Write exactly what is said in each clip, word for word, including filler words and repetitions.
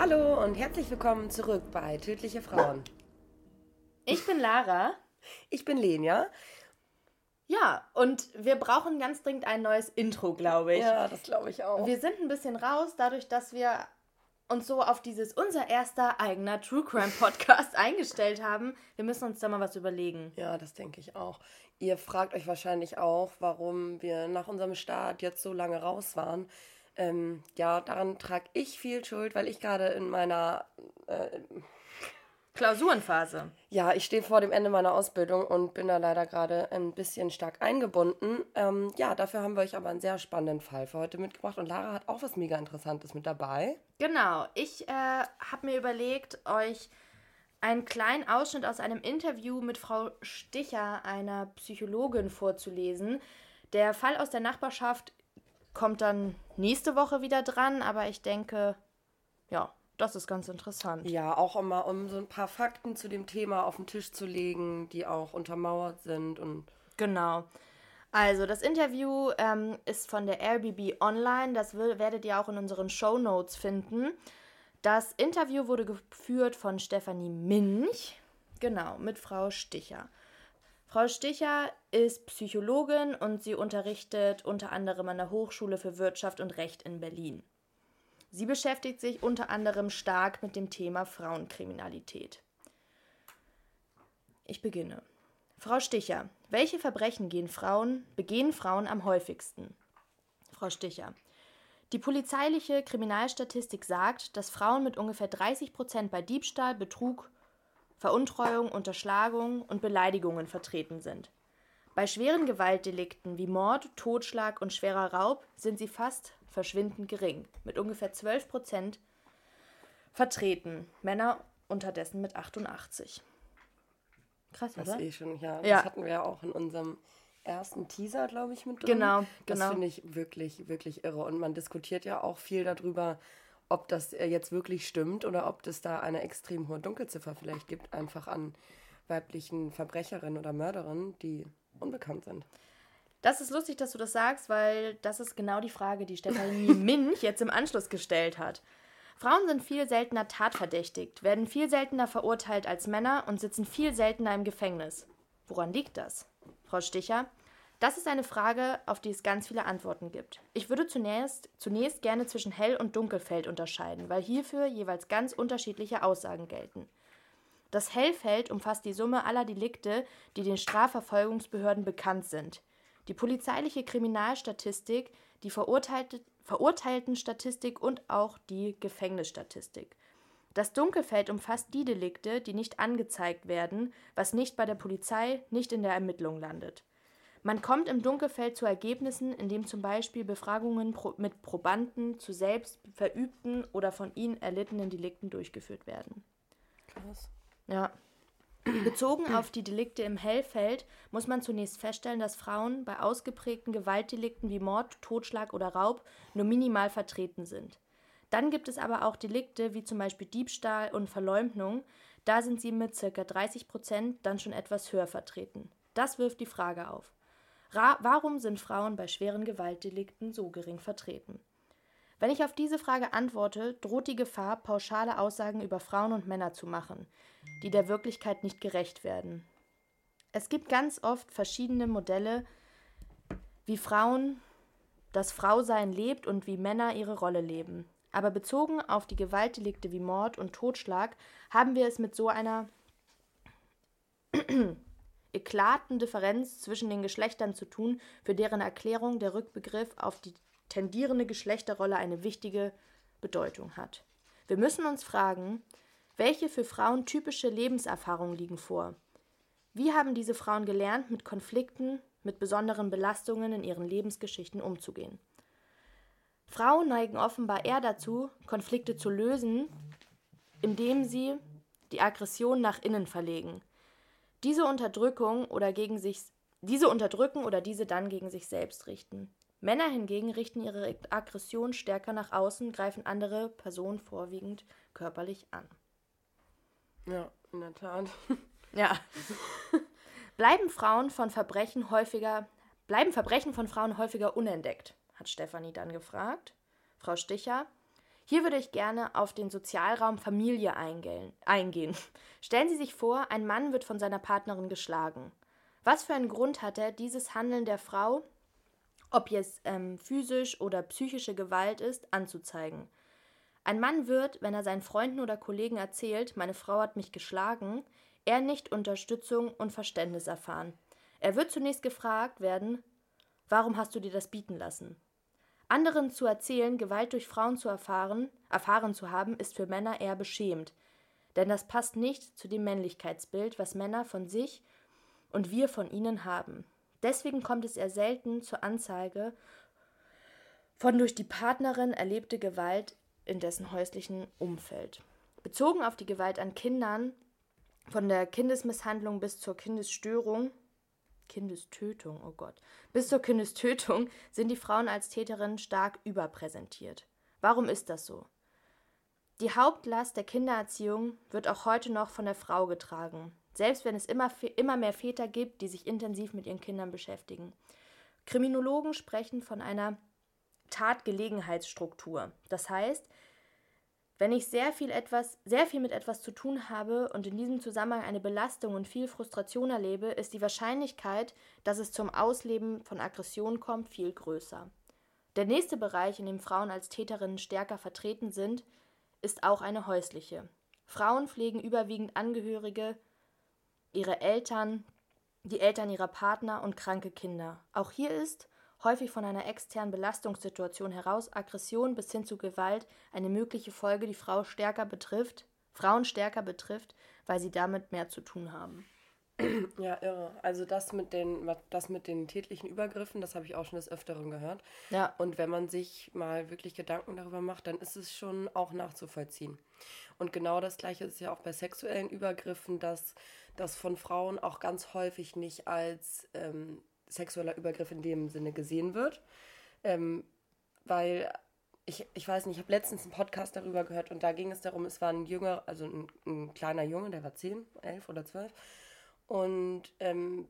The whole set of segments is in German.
Hallo und herzlich willkommen zurück bei Tödliche Frauen. Ich bin Lara. Ich bin Lenia. Ja, und wir brauchen ganz dringend ein neues Intro, glaube ich. Ja, das glaube ich auch. Wir sind ein bisschen raus, dadurch, dass wir uns so auf dieses unser erster eigener True Crime Podcast eingestellt haben. Wir müssen uns da mal was überlegen. Ja, das denke ich auch. Ihr fragt euch wahrscheinlich auch, warum wir nach unserem Start jetzt so lange raus waren. Ähm, ja, daran trage ich viel Schuld, weil ich gerade in meiner... Äh, Klausurenphase. Ja, ich stehe vor dem Ende meiner Ausbildung und bin da leider gerade ein bisschen stark eingebunden. Ähm, ja, dafür haben wir euch aber einen sehr spannenden Fall für heute mitgebracht und Lara hat auch was mega Interessantes mit dabei. Genau, ich äh, habe mir überlegt, euch einen kleinen Ausschnitt aus einem Interview mit Frau Sticher, einer Psychologin, vorzulesen. Der Fall aus der Nachbarschaft kommt dann nächste Woche wieder dran, aber ich denke, ja, das ist ganz interessant. Ja, auch um mal um so ein paar Fakten zu dem Thema auf den Tisch zu legen, die auch untermauert sind. Und Genau. Also das Interview ähm, ist von der R B B Online, das will, werdet ihr auch in unseren Shownotes finden. Das Interview wurde geführt von Stefanie Minch, genau, mit Frau Sticher. Frau Sticher ist Psychologin und sie unterrichtet unter anderem an der Hochschule für Wirtschaft und Recht in Berlin. Sie beschäftigt sich unter anderem stark mit dem Thema Frauenkriminalität. Ich beginne. Frau Sticher, welche Verbrechen gehen Frauen, begehen Frauen am häufigsten? Frau Sticher, die polizeiliche Kriminalstatistik sagt, dass Frauen mit ungefähr dreißig Prozent bei Diebstahl, Betrug, Veruntreuung, Unterschlagung und Beleidigungen vertreten sind. Bei schweren Gewaltdelikten wie Mord, Totschlag und schwerer Raub sind sie fast verschwindend gering, mit ungefähr zwölf Prozent vertreten. Männer unterdessen mit achtundachtzig. Krass, das oder? eh schon, ja, Ja. Das hatten wir ja auch in unserem ersten Teaser, glaube ich, mit drin. Genau, Das genau. finde ich wirklich, wirklich irre. Und man diskutiert ja auch viel darüber, ob das äh, jetzt wirklich stimmt oder ob es da eine extrem hohe Dunkelziffer vielleicht gibt, einfach an weiblichen Verbrecherinnen oder Mörderinnen, die unbekannt sind. Das ist lustig, dass du das sagst, weil das ist genau die Frage, die Stefanie Minch jetzt im Anschluss gestellt hat. Frauen sind viel seltener tatverdächtigt, werden viel seltener verurteilt als Männer und sitzen viel seltener im Gefängnis. Woran liegt das? Frau Sticher, das ist eine Frage, auf die es ganz viele Antworten gibt. Ich würde zunächst, zunächst gerne zwischen Hell- und Dunkelfeld unterscheiden, weil hierfür jeweils ganz unterschiedliche Aussagen gelten. Das Hellfeld umfasst die Summe aller Delikte, die den Strafverfolgungsbehörden bekannt sind. Die polizeiliche Kriminalstatistik, die verurteilte, Verurteiltenstatistik und auch die Gefängnisstatistik. Das Dunkelfeld umfasst die Delikte, die nicht angezeigt werden, was nicht bei der Polizei, nicht in der Ermittlung landet. Man kommt im Dunkelfeld zu Ergebnissen, indem zum Beispiel Befragungen pro- mit Probanden zu selbst verübten oder von ihnen erlittenen Delikten durchgeführt werden. Krass. Ja. Bezogen auf die Delikte im Hellfeld muss man zunächst feststellen, dass Frauen bei ausgeprägten Gewaltdelikten wie Mord, Totschlag oder Raub nur minimal vertreten sind. Dann gibt es aber auch Delikte wie zum Beispiel Diebstahl und Verleumdung. Da sind sie mit ca. dreißig Prozent dann schon etwas höher vertreten. Das wirft die Frage auf. Ra- warum sind Frauen bei schweren Gewaltdelikten so gering vertreten? Wenn ich auf diese Frage antworte, droht die Gefahr, pauschale Aussagen über Frauen und Männer zu machen, die der Wirklichkeit nicht gerecht werden. Es gibt ganz oft verschiedene Modelle, wie Frauen das Frausein lebt und wie Männer ihre Rolle leben. Aber bezogen auf die Gewaltdelikte wie Mord und Totschlag haben wir es mit so einer eklaten Differenz zwischen den Geschlechtern zu tun, für deren Erklärung der Rückbegriff auf die tendierende Geschlechterrolle eine wichtige Bedeutung hat. Wir müssen uns fragen, welche für Frauen typische Lebenserfahrungen liegen vor? Wie haben diese Frauen gelernt, mit Konflikten, mit besonderen Belastungen in ihren Lebensgeschichten umzugehen? Frauen neigen offenbar eher dazu, Konflikte zu lösen, indem sie die Aggression nach innen verlegen. Diese Unterdrückung oder gegen sich, diese unterdrücken oder diese dann gegen sich selbst richten. Männer hingegen richten ihre Aggression stärker nach außen, greifen andere Personen vorwiegend körperlich an. Ja, in der Tat. Ja. Bleiben Frauen von Verbrechen häufiger, bleiben Verbrechen von Frauen häufiger unentdeckt? Hat Stefanie dann gefragt. Frau Sticher, Hier würde ich gerne auf den Sozialraum Familie eingehen. Stellen Sie sich vor, ein Mann wird von seiner Partnerin geschlagen. Was für einen Grund hat er, dieses Handeln der Frau, ob jetzt ähm, physisch oder psychische Gewalt ist, anzuzeigen? Ein Mann wird, wenn er seinen Freunden oder Kollegen erzählt, meine Frau hat mich geschlagen, er nicht Unterstützung und Verständnis erfahren. Er wird zunächst gefragt werden, warum hast du dir das bieten lassen? Anderen zu erzählen, Gewalt durch Frauen zu erfahren, erfahren zu haben, ist für Männer eher beschämend. Denn das passt nicht zu dem Männlichkeitsbild, was Männer von sich und wir von ihnen haben. Deswegen kommt es eher selten zur Anzeige von durch die Partnerin erlebte Gewalt in dessen häuslichen Umfeld. Bezogen auf die Gewalt an Kindern, von der Kindesmisshandlung bis zur Kindesstörung, Kindestötung, oh Gott. Bis zur Kindestötung sind die Frauen als Täterinnen stark überpräsentiert. Warum ist das so? Die Hauptlast der Kindererziehung wird auch heute noch von der Frau getragen, selbst wenn es immer, immer mehr Väter gibt, die sich intensiv mit ihren Kindern beschäftigen. Kriminologen sprechen von einer Tatgelegenheitsstruktur. Das heißt, wenn ich sehr viel, etwas, sehr viel mit etwas zu tun habe und in diesem Zusammenhang eine Belastung und viel Frustration erlebe, ist die Wahrscheinlichkeit, dass es zum Ausleben von Aggression kommt, viel größer. Der nächste Bereich, in dem Frauen als Täterinnen stärker vertreten sind, ist auch eine häusliche. Frauen pflegen überwiegend Angehörige, ihre Eltern, die Eltern ihrer Partner und kranke Kinder. Auch hier ist häufig von einer externen Belastungssituation heraus Aggression bis hin zu Gewalt eine mögliche Folge, die Frau stärker betrifft, Frauen stärker betrifft, weil sie damit mehr zu tun haben. Ja, irre. Also das mit den, das mit den tätlichen Übergriffen, das habe ich auch schon des Öfteren gehört. Ja. Und wenn man sich mal wirklich Gedanken darüber macht, dann ist es schon auch nachzuvollziehen. Und genau das Gleiche ist ja auch bei sexuellen Übergriffen, dass das von Frauen auch ganz häufig nicht als ähm, sexueller Übergriff in dem Sinne gesehen wird, ähm, weil ich, ich weiß nicht, ich habe letztens einen Podcast darüber gehört und da ging es darum, es war ein Jünger, also ein, ein kleiner Junge, der war zehn, elf oder zwölf und ähm,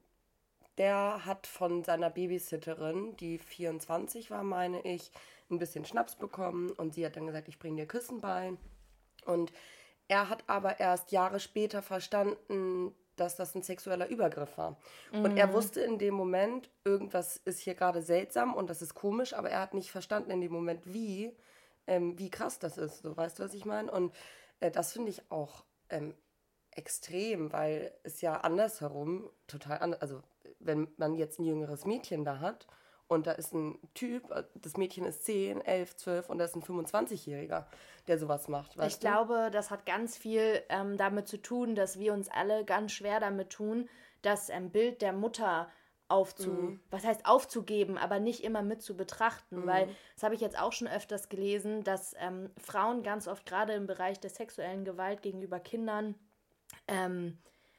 der hat von seiner Babysitterin, die vierundzwanzig war, meine ich, ein bisschen Schnaps bekommen und sie hat dann gesagt, ich bringe dir Küssen bei und er hat aber erst Jahre später verstanden, dass das ein sexueller Übergriff war. Mhm. Und er wusste in dem Moment, irgendwas ist hier gerade seltsam und das ist komisch, aber er hat nicht verstanden in dem Moment, wie, ähm, wie krass das ist. So, weißt du, was ich meine? Und äh, das finde ich auch ähm, extrem, weil es ja andersherum total anders, also wenn man jetzt ein jüngeres Mädchen da hat und da ist ein Typ, das Mädchen ist zehn, elf, zwölf und da ist ein fünfundzwanzigjähriger, der sowas macht. Weißt ich du? glaube, das hat ganz viel ähm, damit zu tun, dass wir uns alle ganz schwer damit tun, das ähm, Bild der Mutter aufzu, mhm. was heißt aufzugeben, aber nicht immer mit zu betrachten, mhm. weil, das habe ich jetzt auch schon öfters gelesen, dass ähm, Frauen ganz oft gerade im Bereich der sexuellen Gewalt gegenüber Kindern ähm,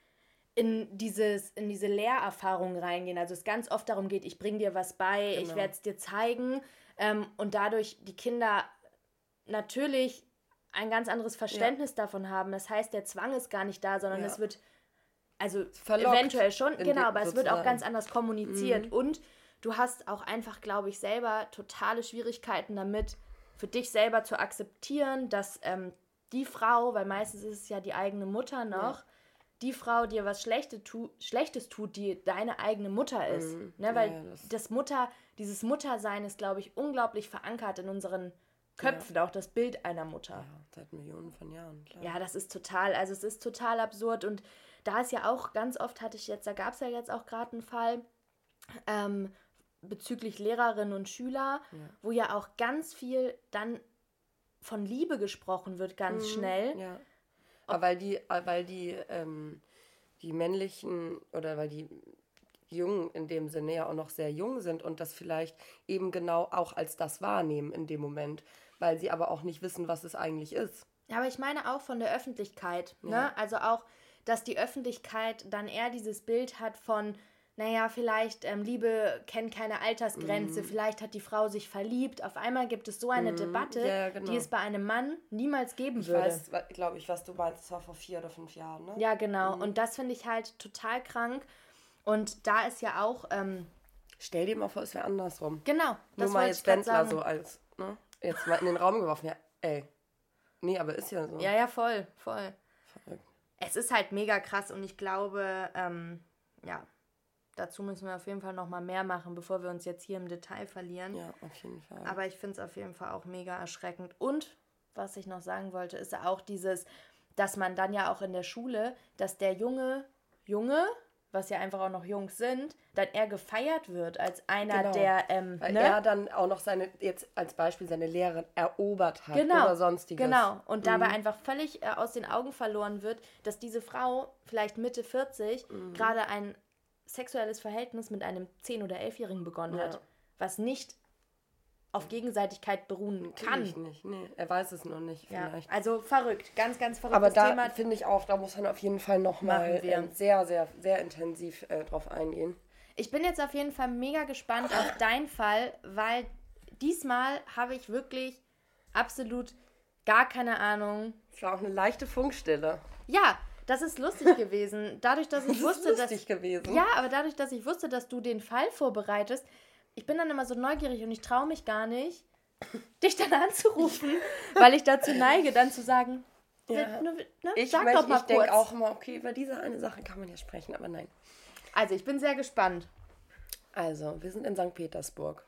in dieses in diese Lehrerfahrung reingehen. Also es ganz oft darum geht, ich bringe dir was bei, genau. ich werde es dir zeigen ähm, und dadurch die Kinder natürlich ein ganz anderes Verständnis ja. davon haben. Das heißt, der Zwang ist gar nicht da, sondern ja. es wird, also verlockt eventuell schon, genau, aber es wird auch ganz anders kommuniziert. Mhm. Und du hast auch einfach, glaube ich, selber totale Schwierigkeiten damit, für dich selber zu akzeptieren, dass ähm, die Frau, weil meistens ist es ja die eigene Mutter noch, ja. die Frau dir was Schlechtes, tu, Schlechtes tut, die deine eigene Mutter ist. Mhm. Ne, weil ja, das, das Mutter, dieses Muttersein ist, glaube ich, unglaublich verankert in unseren Köpfen, ja. auch das Bild einer Mutter. Ja, seit Millionen von Jahren, klar. Ja, das ist total, also es ist total absurd und da ist ja auch, ganz oft hatte ich jetzt, da gab es ja jetzt auch gerade einen Fall ähm, bezüglich Lehrerinnen und Schüler, ja. wo ja auch ganz viel dann von Liebe gesprochen wird, ganz mhm, schnell. Ja. Aber weil die, weil die, ähm, die männlichen oder weil die Jungen in dem Sinne ja auch noch sehr jung sind und das vielleicht eben genau auch als das wahrnehmen in dem Moment, weil sie aber auch nicht wissen, was es eigentlich ist. Ja, aber ich meine auch von der Öffentlichkeit, ja. ne? Also auch, dass die Öffentlichkeit dann eher dieses Bild hat von, naja, vielleicht ähm, Liebe kennt keine Altersgrenze, mm. vielleicht hat die Frau sich verliebt. Auf einmal gibt es so eine mm. Debatte, ja, genau. die es bei einem Mann niemals geben ich würde. Ich weiß, glaube ich, was du meinst, das war vor vier oder fünf Jahren, ne? Ja, genau. Mm. Und das finde ich halt total krank. Und da ist ja auch... Ähm, Stell dir mal vor, es wäre andersrum. Genau. Nur mal jetzt Wendler so als, ne? Jetzt mal in den Raum geworfen. Ja, Ey. Nee, aber ist ja so. Ja, ja, voll, voll. Verrückt. Es ist halt mega krass und ich glaube, ähm, ja, dazu müssen wir auf jeden Fall nochmal mehr machen, bevor wir uns jetzt hier im Detail verlieren. Ja, auf jeden Fall. Aber ich finde es auf jeden Fall auch mega erschreckend. Und, was ich noch sagen wollte, ist auch dieses, dass man dann ja auch in der Schule, dass der junge Junge, was ja einfach auch noch Jungs sind, dann eher gefeiert wird als einer, Genau. der, ähm, Weil ne? er dann auch noch seine, jetzt als Beispiel seine Lehrerin erobert hat Genau, oder sonstiges. genau. Und dabei einfach völlig äh, aus den Augen verloren wird, dass diese Frau, vielleicht Mitte vierzig, Mhm. gerade ein sexuelles Verhältnis mit einem zehn- oder elfjährigen begonnen Ja. hat, was nicht auf Gegenseitigkeit beruhen kann. Natürlich nicht, nee, er weiß es noch nicht Ja, vielleicht. also verrückt, ganz, ganz verrücktes Aber da Thema. finde ich auch, da muss man auf jeden Fall nochmal Machen wir. äh, sehr, sehr, sehr intensiv äh, drauf eingehen. Ich bin jetzt auf jeden Fall mega gespannt auf deinen Fall, weil diesmal habe ich wirklich absolut gar keine Ahnung. Es war auch eine leichte Funkstille. Ja, das ist lustig gewesen. Dadurch, dass ich Das wusste, ist lustig dass gewesen. Ja, aber dadurch, dass ich wusste, dass du den Fall vorbereitest, ich bin dann immer so neugierig und ich traue mich gar nicht, dich dann anzurufen, weil ich dazu neige, dann zu sagen, Ja. ne, ne, Ich, sag möcht- doch mal ich denke kurz. auch immer, okay, über diese eine Sache kann man ja sprechen, aber nein. Also, ich bin sehr gespannt. Also, wir sind in Sankt Petersburg.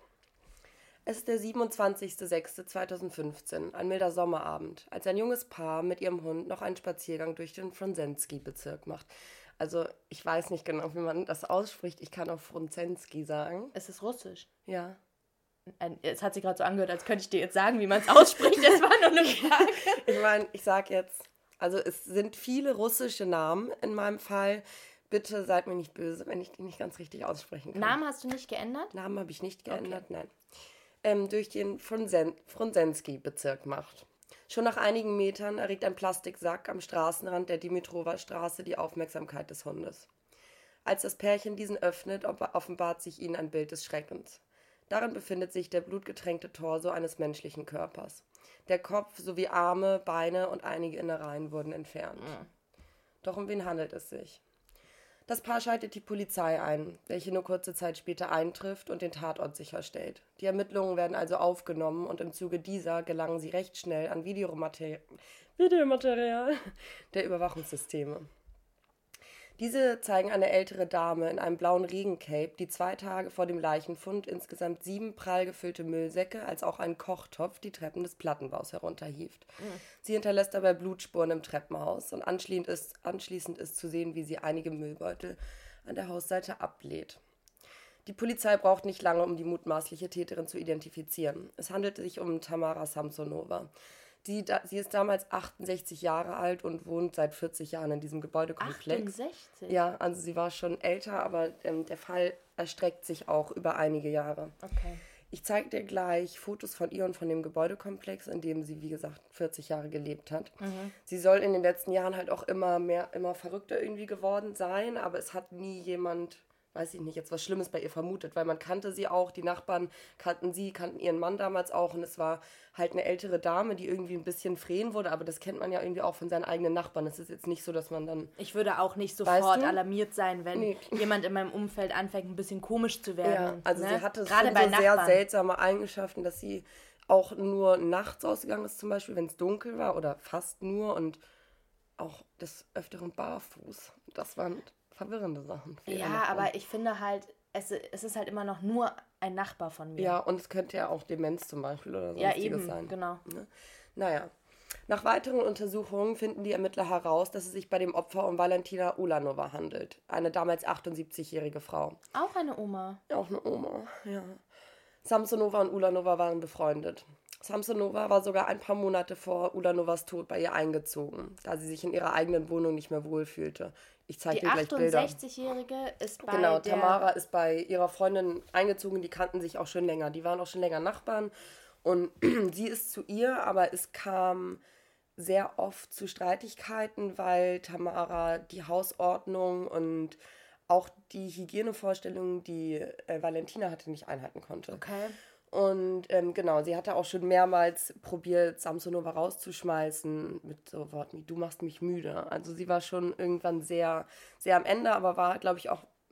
Es ist der siebenundzwanzigster sechster zweitausendfünfzehn, ein milder Sommerabend, als ein junges Paar mit ihrem Hund noch einen Spaziergang durch den Frunzensky-Bezirk macht. Also, ich weiß nicht genau, wie man das ausspricht. Ich kann auch Frunzensky sagen. Es ist russisch. Ja. Ein- Es hat sich gerade so angehört, als könnte ich dir jetzt sagen, wie man es ausspricht. Das war nur eine Frage. Ich meine, ich sag jetzt, also es sind viele russische Namen in meinem Fall. Bitte seid mir nicht böse, wenn ich die nicht ganz richtig aussprechen kann. Namen hast du nicht geändert? Namen habe ich nicht geändert, nein. Ähm, durch den Frunzen- Frunzensky-Bezirk macht. Schon nach einigen Metern erregt ein Plastiksack am Straßenrand der Dimitrova-Straße die Aufmerksamkeit des Hundes. Als das Pärchen diesen öffnet, ob- offenbart sich ihnen ein Bild des Schreckens. Darin befindet sich der blutgetränkte Torso eines menschlichen Körpers. Der Kopf sowie Arme, Beine und einige Innereien wurden entfernt. Doch um wen handelt es sich? Das Paar schaltet die Polizei ein, welche nur kurze Zeit später eintrifft und den Tatort sicherstellt. Die Ermittlungen werden also aufgenommen und im Zuge dieser gelangen sie recht schnell an Videomaterial, Videomaterial der Überwachungssysteme. Diese zeigen eine ältere Dame in einem blauen Regencape, die zwei Tage vor dem Leichenfund insgesamt sieben prall gefüllte Müllsäcke als auch einen Kochtopf die Treppen des Plattenbaus herunterhieft. Sie hinterlässt dabei Blutspuren im Treppenhaus und anschließend ist, anschließend ist zu sehen, wie sie einige Müllbeutel an der Hausseite ablehnt. Die Polizei braucht nicht lange, um die mutmaßliche Täterin zu identifizieren. Es handelt sich um Tamara Samsonova. Sie, da, sie ist damals achtundsechzig Jahre alt und wohnt seit vierzig Jahren in diesem Gebäudekomplex. achtundsechzig? Ja, also sie war schon älter, aber ähm, der Fall erstreckt sich auch über einige Jahre. Okay. Ich zeige dir gleich Fotos von ihr und von dem Gebäudekomplex, in dem sie, wie gesagt, vierzig Jahre gelebt hat. Sie soll in den letzten Jahren halt auch immer mehr, immer verrückter irgendwie geworden sein, aber es hat nie jemand, weiß ich nicht, jetzt was Schlimmes bei ihr vermutet, weil man kannte sie auch, die Nachbarn kannten sie, kannten ihren Mann damals auch und es war halt eine ältere Dame, die irgendwie ein bisschen frehen wurde, aber das kennt man ja irgendwie auch von seinen eigenen Nachbarn. Es ist jetzt nicht so, dass man dann... Ich würde auch nicht Weißt sofort du? alarmiert sein, wenn Nee. jemand in meinem Umfeld anfängt, ein bisschen komisch zu Ja, werden. also ne? sie hatte Gerade schon bei so sehr Nachbarn. seltsame Eigenschaften, dass sie auch nur nachts ausgegangen ist zum Beispiel, wenn es dunkel war oder fast nur und auch des Öfteren barfuß. Das waren verwirrende Sachen. für ihre Ja, Nachbarn. aber ich finde halt, es, es ist halt immer noch nur ein Nachbar von mir. Ja, und es könnte ja auch Demenz zum Beispiel oder Ja, sonstiges eben, sein. genau. Ne? Naja. Nach weiteren Untersuchungen finden die Ermittler heraus, dass es sich bei dem Opfer um Valentina Ulanova handelt. Eine damals achtundsiebzigjährige Frau. Auch eine Oma. Auch eine Oma, ja. Samsonova und Ulanova waren befreundet. Samsonova war sogar ein paar Monate vor Ulanovas Tod bei ihr eingezogen, da sie sich in ihrer eigenen Wohnung nicht mehr wohlfühlte. Ich zeige Die dir gleich Bilder. achtundsechzigjährige ist bei Genau, der... Tamara ist bei ihrer Freundin eingezogen, die kannten sich auch schon länger. Die waren auch schon länger Nachbarn und sie ist zu ihr, aber es kam sehr oft zu Streitigkeiten, weil Tamara die Hausordnung und auch die Hygienevorstellungen, die äh, Valentina hatte, nicht einhalten konnte. Okay. Und ähm, genau, sie hatte auch schon mehrmals probiert, Samsonova rauszuschmeißen mit so Worten wie, du machst mich müde. Also sie war schon irgendwann sehr, sehr am Ende, aber war, glaube ich, auch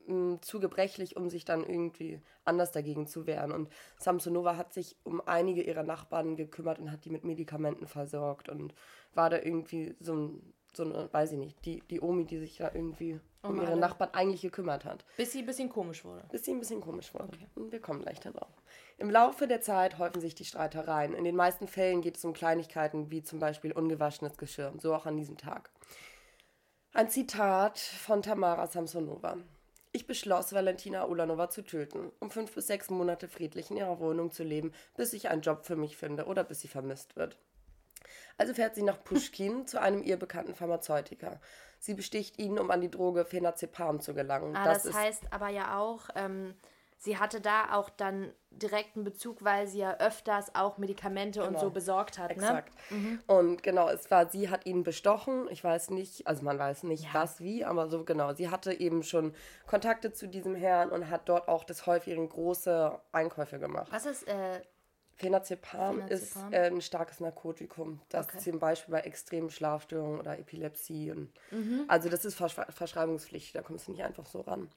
mh, zu gebrechlich, um sich dann irgendwie anders dagegen zu wehren. Und Samsonova hat sich um einige ihrer Nachbarn gekümmert und hat die mit Medikamenten versorgt und war da irgendwie so ein so eine, weiß ich nicht, die, die Omi, die sich da irgendwie um, um ihre alle. Nachbarn eigentlich gekümmert hat. Bis sie ein bisschen komisch wurde. Bis sie ein bisschen komisch wurde. Okay. Und wir kommen gleich darauf. Im Laufe der Zeit häufen sich die Streitereien. In den meisten Fällen geht es um Kleinigkeiten wie zum Beispiel ungewaschenes Geschirr. So auch an diesem Tag. Ein Zitat von Tamara Samsonova. Ich beschloss, Valentina Ulanova zu töten, um fünf bis sechs Monate friedlich in ihrer Wohnung zu leben, bis ich einen Job für mich finde oder bis sie vermisst wird. Also fährt sie nach Puschkin zu einem ihr bekannten Pharmazeutiker. Sie besticht ihn, um an die Droge Phenazepam zu gelangen. Ah, das, das heißt aber ja auch, ähm, sie hatte da auch dann direkten Bezug, weil sie ja öfters auch Medikamente genau. und so besorgt hat. Exakt. Ne? Mhm. Und genau, es war, sie hat ihn bestochen. Ich weiß nicht, also man weiß nicht, ja. was, wie, aber so genau. Sie hatte eben schon Kontakte zu diesem Herrn und hat dort auch des Häufigen große Einkäufe gemacht. Was ist äh, Phenazepam, Phenazepam ist äh, ein starkes Narkotikum, das okay. zum Beispiel bei extremen Schlafstörungen oder Epilepsie. Und mhm. Also das ist Versch- verschreibungspflichtig, da kommst du nicht einfach so ran.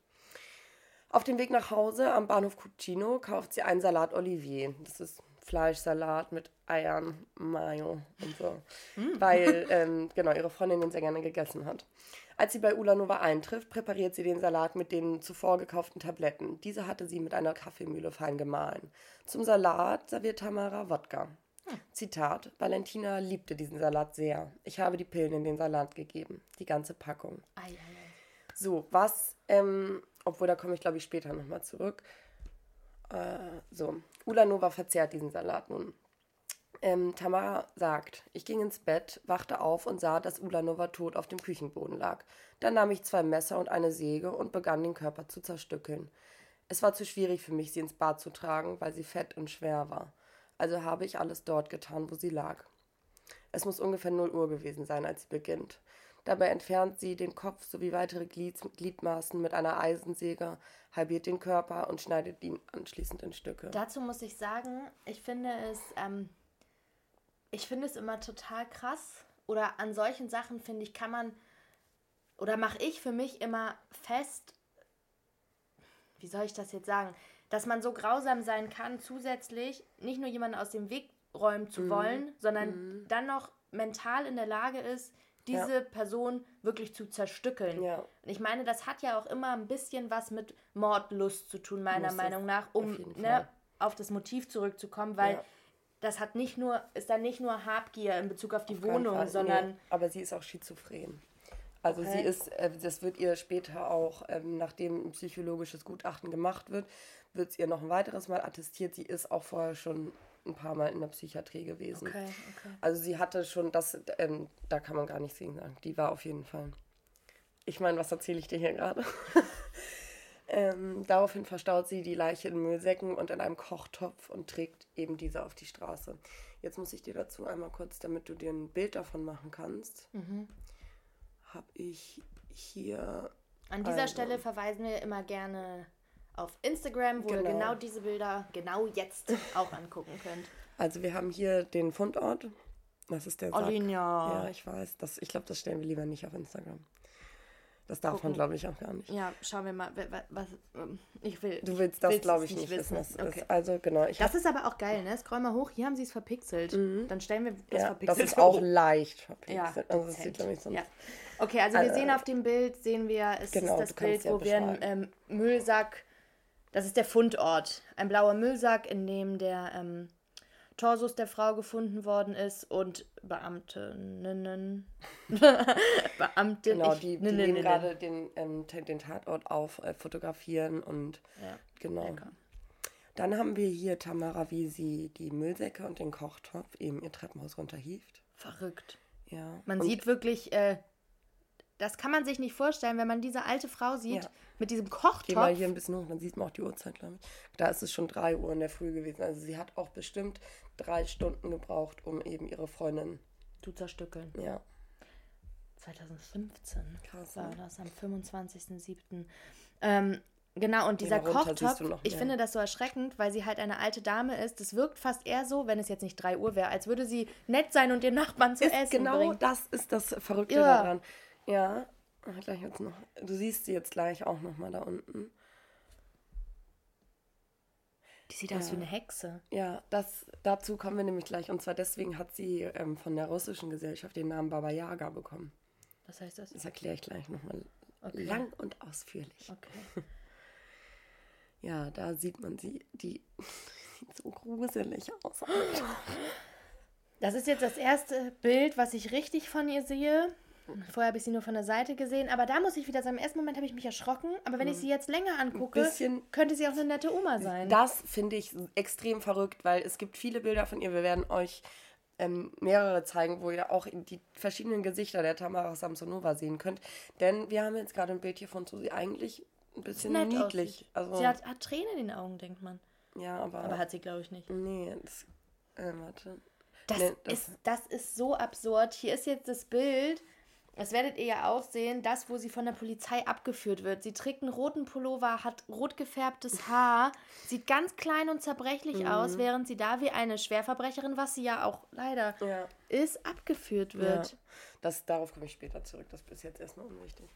Auf dem Weg nach Hause am Bahnhof Cucino kauft sie einen Salat Olivier. Das ist Fleischsalat mit Eiern, Mayo und so. Mm. Weil ähm, genau ihre Freundin den sehr gerne gegessen hat. Als sie bei Ulanova eintrifft, präpariert sie den Salat mit den zuvor gekauften Tabletten. Diese hatte sie mit einer Kaffeemühle fein gemahlen. Zum Salat serviert Tamara Wodka. Hm. Zitat, Valentina liebte diesen Salat sehr. Ich habe die Pillen in den Salat gegeben. Die ganze Packung. Ei, ei, ei. So, was, ähm, obwohl da komme ich glaube ich später nochmal zurück. Äh, so, Ulanova verzehrt diesen Salat nun. Ähm, Tamara sagt, ich ging ins Bett, wachte auf und sah, dass Ulanova tot auf dem Küchenboden lag. Dann nahm ich zwei Messer und eine Säge und begann, den Körper zu zerstückeln. Es war zu schwierig für mich, sie ins Bad zu tragen, weil sie fett und schwer war. Also habe ich alles dort getan, wo sie lag. Es muss ungefähr null Uhr gewesen sein, als sie beginnt. Dabei entfernt sie den Kopf sowie weitere Glied- Gliedmaßen mit einer Eisensäge, halbiert den Körper und schneidet ihn anschließend in Stücke. Dazu muss ich sagen, ich finde es... Ähm Ich finde es immer total krass, oder an solchen Sachen, finde ich, kann man, oder mache ich für mich immer fest, wie soll ich das jetzt sagen, dass man so grausam sein kann, zusätzlich nicht nur jemanden aus dem Weg räumen zu mhm. wollen, sondern mhm. dann noch mental in der Lage ist, diese ja. Person wirklich zu zerstückeln. Ja. Und ich meine, das hat ja auch immer ein bisschen was mit Mordlust zu tun, meiner Meinung nach, um auf, ne, auf das Motiv zurückzukommen, weil ja. das hat nicht nur, ist dann nicht nur Habgier in Bezug auf die auf Wohnung, Fall, sondern... Nee, aber sie ist auch schizophren. Also okay. sie ist, äh, das wird ihr später auch, ähm, nachdem ein psychologisches Gutachten gemacht wird, wird es ihr noch ein weiteres Mal attestiert. Sie ist auch vorher schon ein paar Mal in der Psychiatrie gewesen. Okay, okay. Also sie hatte schon das, ähm, da kann man gar nichts gegen sagen. Die war auf jeden Fall... Ich meine, was erzähle ich dir hier gerade? Ähm, daraufhin verstaut sie die Leiche in Müllsäcken und in einem Kochtopf und trägt eben diese auf die Straße. Jetzt muss ich dir dazu einmal kurz, damit du dir ein Bild davon machen kannst, mhm. habe ich hier... An dieser also, Stelle verweisen wir immer gerne auf Instagram, wo genau. ihr genau diese Bilder genau jetzt auch angucken könnt. Also wir haben hier den Fundort. Das ist der Sack. Olinja. Ja, ich weiß. Das, ich glaube, das stellen wir lieber nicht auf Instagram. Das darf Gucken. man, glaube ich, auch gar nicht. Ja, schauen wir mal. Was, was, ich will, du willst das, glaube ich, nicht wissen. wissen. Okay. Ist. Also, genau, ich das ist aber auch geil, ne? Scroll mal hoch. Hier haben sie es verpixelt. Mhm. Dann stellen wir das ja, verpixelt das ist auch leicht verpixelt. Ja, also, das sieht, glaube ich, sonst... Ja. Okay, also wir also, sehen auf dem Bild, sehen wir, es genau, ist das Bild, ja wo wir einen ähm, Müllsack, das ist der Fundort. Ein blauer Müllsack, in dem der ähm, Torsus der Frau gefunden worden ist und Beamtinnen. Beamten. Genau, die, die nehmen gerade den, ähm, den Tatort auf, äh, fotografieren und ja, genau. Lecker. Dann haben wir hier Tamara, wie sie die Müllsäcke und den Kochtopf eben ihr Treppenhaus runterhieft. Verrückt. Ja. Man und sieht wirklich, äh, das kann man sich nicht vorstellen, wenn man diese alte Frau sieht, ja. mit diesem Kochtopf. Geh mal hier ein bisschen hoch, dann sieht man auch die Uhrzeit, glaube ich. Da ist es schon drei Uhr in der Früh gewesen. Also sie hat auch bestimmt drei Stunden gebraucht, um eben ihre Freundin zu zerstückeln. Ja. zwanzig fünfzehn Krass, war das, am fünfundzwanzigsten siebten Ähm, genau, und dieser Kochtopf, ich finde das so erschreckend, weil sie halt eine alte Dame ist. Das wirkt fast eher so, wenn es jetzt nicht drei Uhr wäre, als würde sie nett sein und den Nachbarn zu ist essen genau bringen. Das ist das Verrückte ja. daran. Ja, Ach, gleich jetzt noch. Du siehst sie jetzt gleich auch nochmal da unten. Die sieht Ja. aus wie eine Hexe. Ja, das, dazu kommen wir nämlich gleich. Und zwar deswegen hat sie ähm, von der russischen Gesellschaft den Namen Baba Yaga bekommen. Was heißt das? Das erkläre ich gleich nochmal Okay. lang und ausführlich. Okay. Ja, da sieht man sie. Die sieht so gruselig aus. Alter. Das ist jetzt das erste Bild, was ich richtig von ihr sehe. Vorher habe ich sie nur von der Seite gesehen. Aber da muss ich wieder sagen, im ersten Moment habe ich mich erschrocken. Aber wenn ich sie jetzt länger angucke, bisschen- könnte sie auch eine nette Oma sein. Das finde ich extrem verrückt, weil es gibt viele Bilder von ihr. Wir werden euch ähm, mehrere zeigen, wo ihr auch die verschiedenen Gesichter der Tamara Samsonova sehen könnt. Denn wir haben jetzt gerade ein Bild hier von Susi eigentlich ein bisschen Nett niedlich. aussieht. Also, Sie hat, hat Tränen in den Augen, denkt man. ja, aber, Aber hat sie, glaube ich, nicht. nee, das, äh, warte. Das, Nee, das- ist, das ist so absurd. Hier ist jetzt das Bild, das werdet ihr ja auch sehen, das, wo sie von der Polizei abgeführt wird. Sie trägt einen roten Pullover, hat rot gefärbtes Haar, sieht ganz klein und zerbrechlich aus, während sie da wie eine Schwerverbrecherin, was sie ja auch leider Ja. ist, abgeführt Ja, wird. das, darauf komme ich später zurück. Das ist bis jetzt erstmal unwichtig.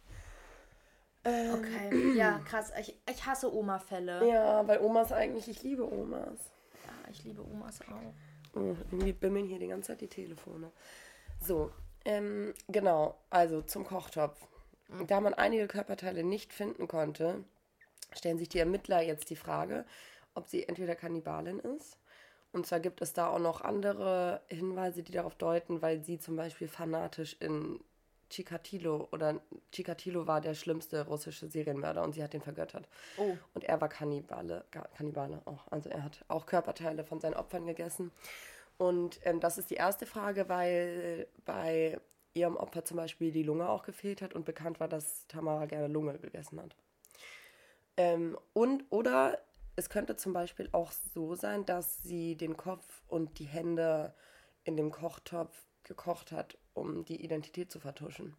Okay, ja, krass. Ich, ich hasse Oma-Fälle. Ja, weil Omas eigentlich, ich liebe Omas. Ja, ich liebe Omas auch. Oh, irgendwie bimmeln hier die ganze Zeit die Telefone. So, ähm, genau, also zum Kochtopf. Da man einige Körperteile nicht finden konnte, stellen sich die Ermittler jetzt die Frage, ob sie entweder Kannibalin ist. Und zwar gibt es da auch noch andere Hinweise, die darauf deuten, weil sie zum Beispiel fanatisch in Chikatilo oder Chikatilo war der schlimmste russische Serienmörder und sie hat den vergöttert. Oh. Und er war Kannibale, Ga- Kannibale auch. Also er hat auch Körperteile von seinen Opfern gegessen. Und ähm, das ist die erste Frage, weil bei ihrem Opfer zum Beispiel die Lunge auch gefehlt hat und bekannt war, dass Tamara gerne Lunge gegessen hat. Ähm, und oder es könnte zum Beispiel auch so sein, dass sie den Kopf und die Hände in dem Kochtopf gekocht hat, um die Identität zu vertuschen.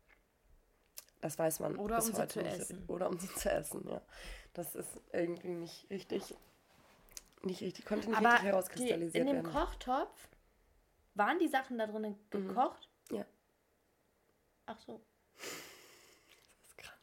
Das weiß man Oder bis um sie heute zu nicht. essen. Oder um sie zu essen, ja. Das ist irgendwie nicht richtig, nicht richtig, konnte nicht Aber richtig die, herauskristallisiert in dem werden. Kochtopf waren die Sachen da drinnen gekocht? Ja. Ach so. Das ist krank,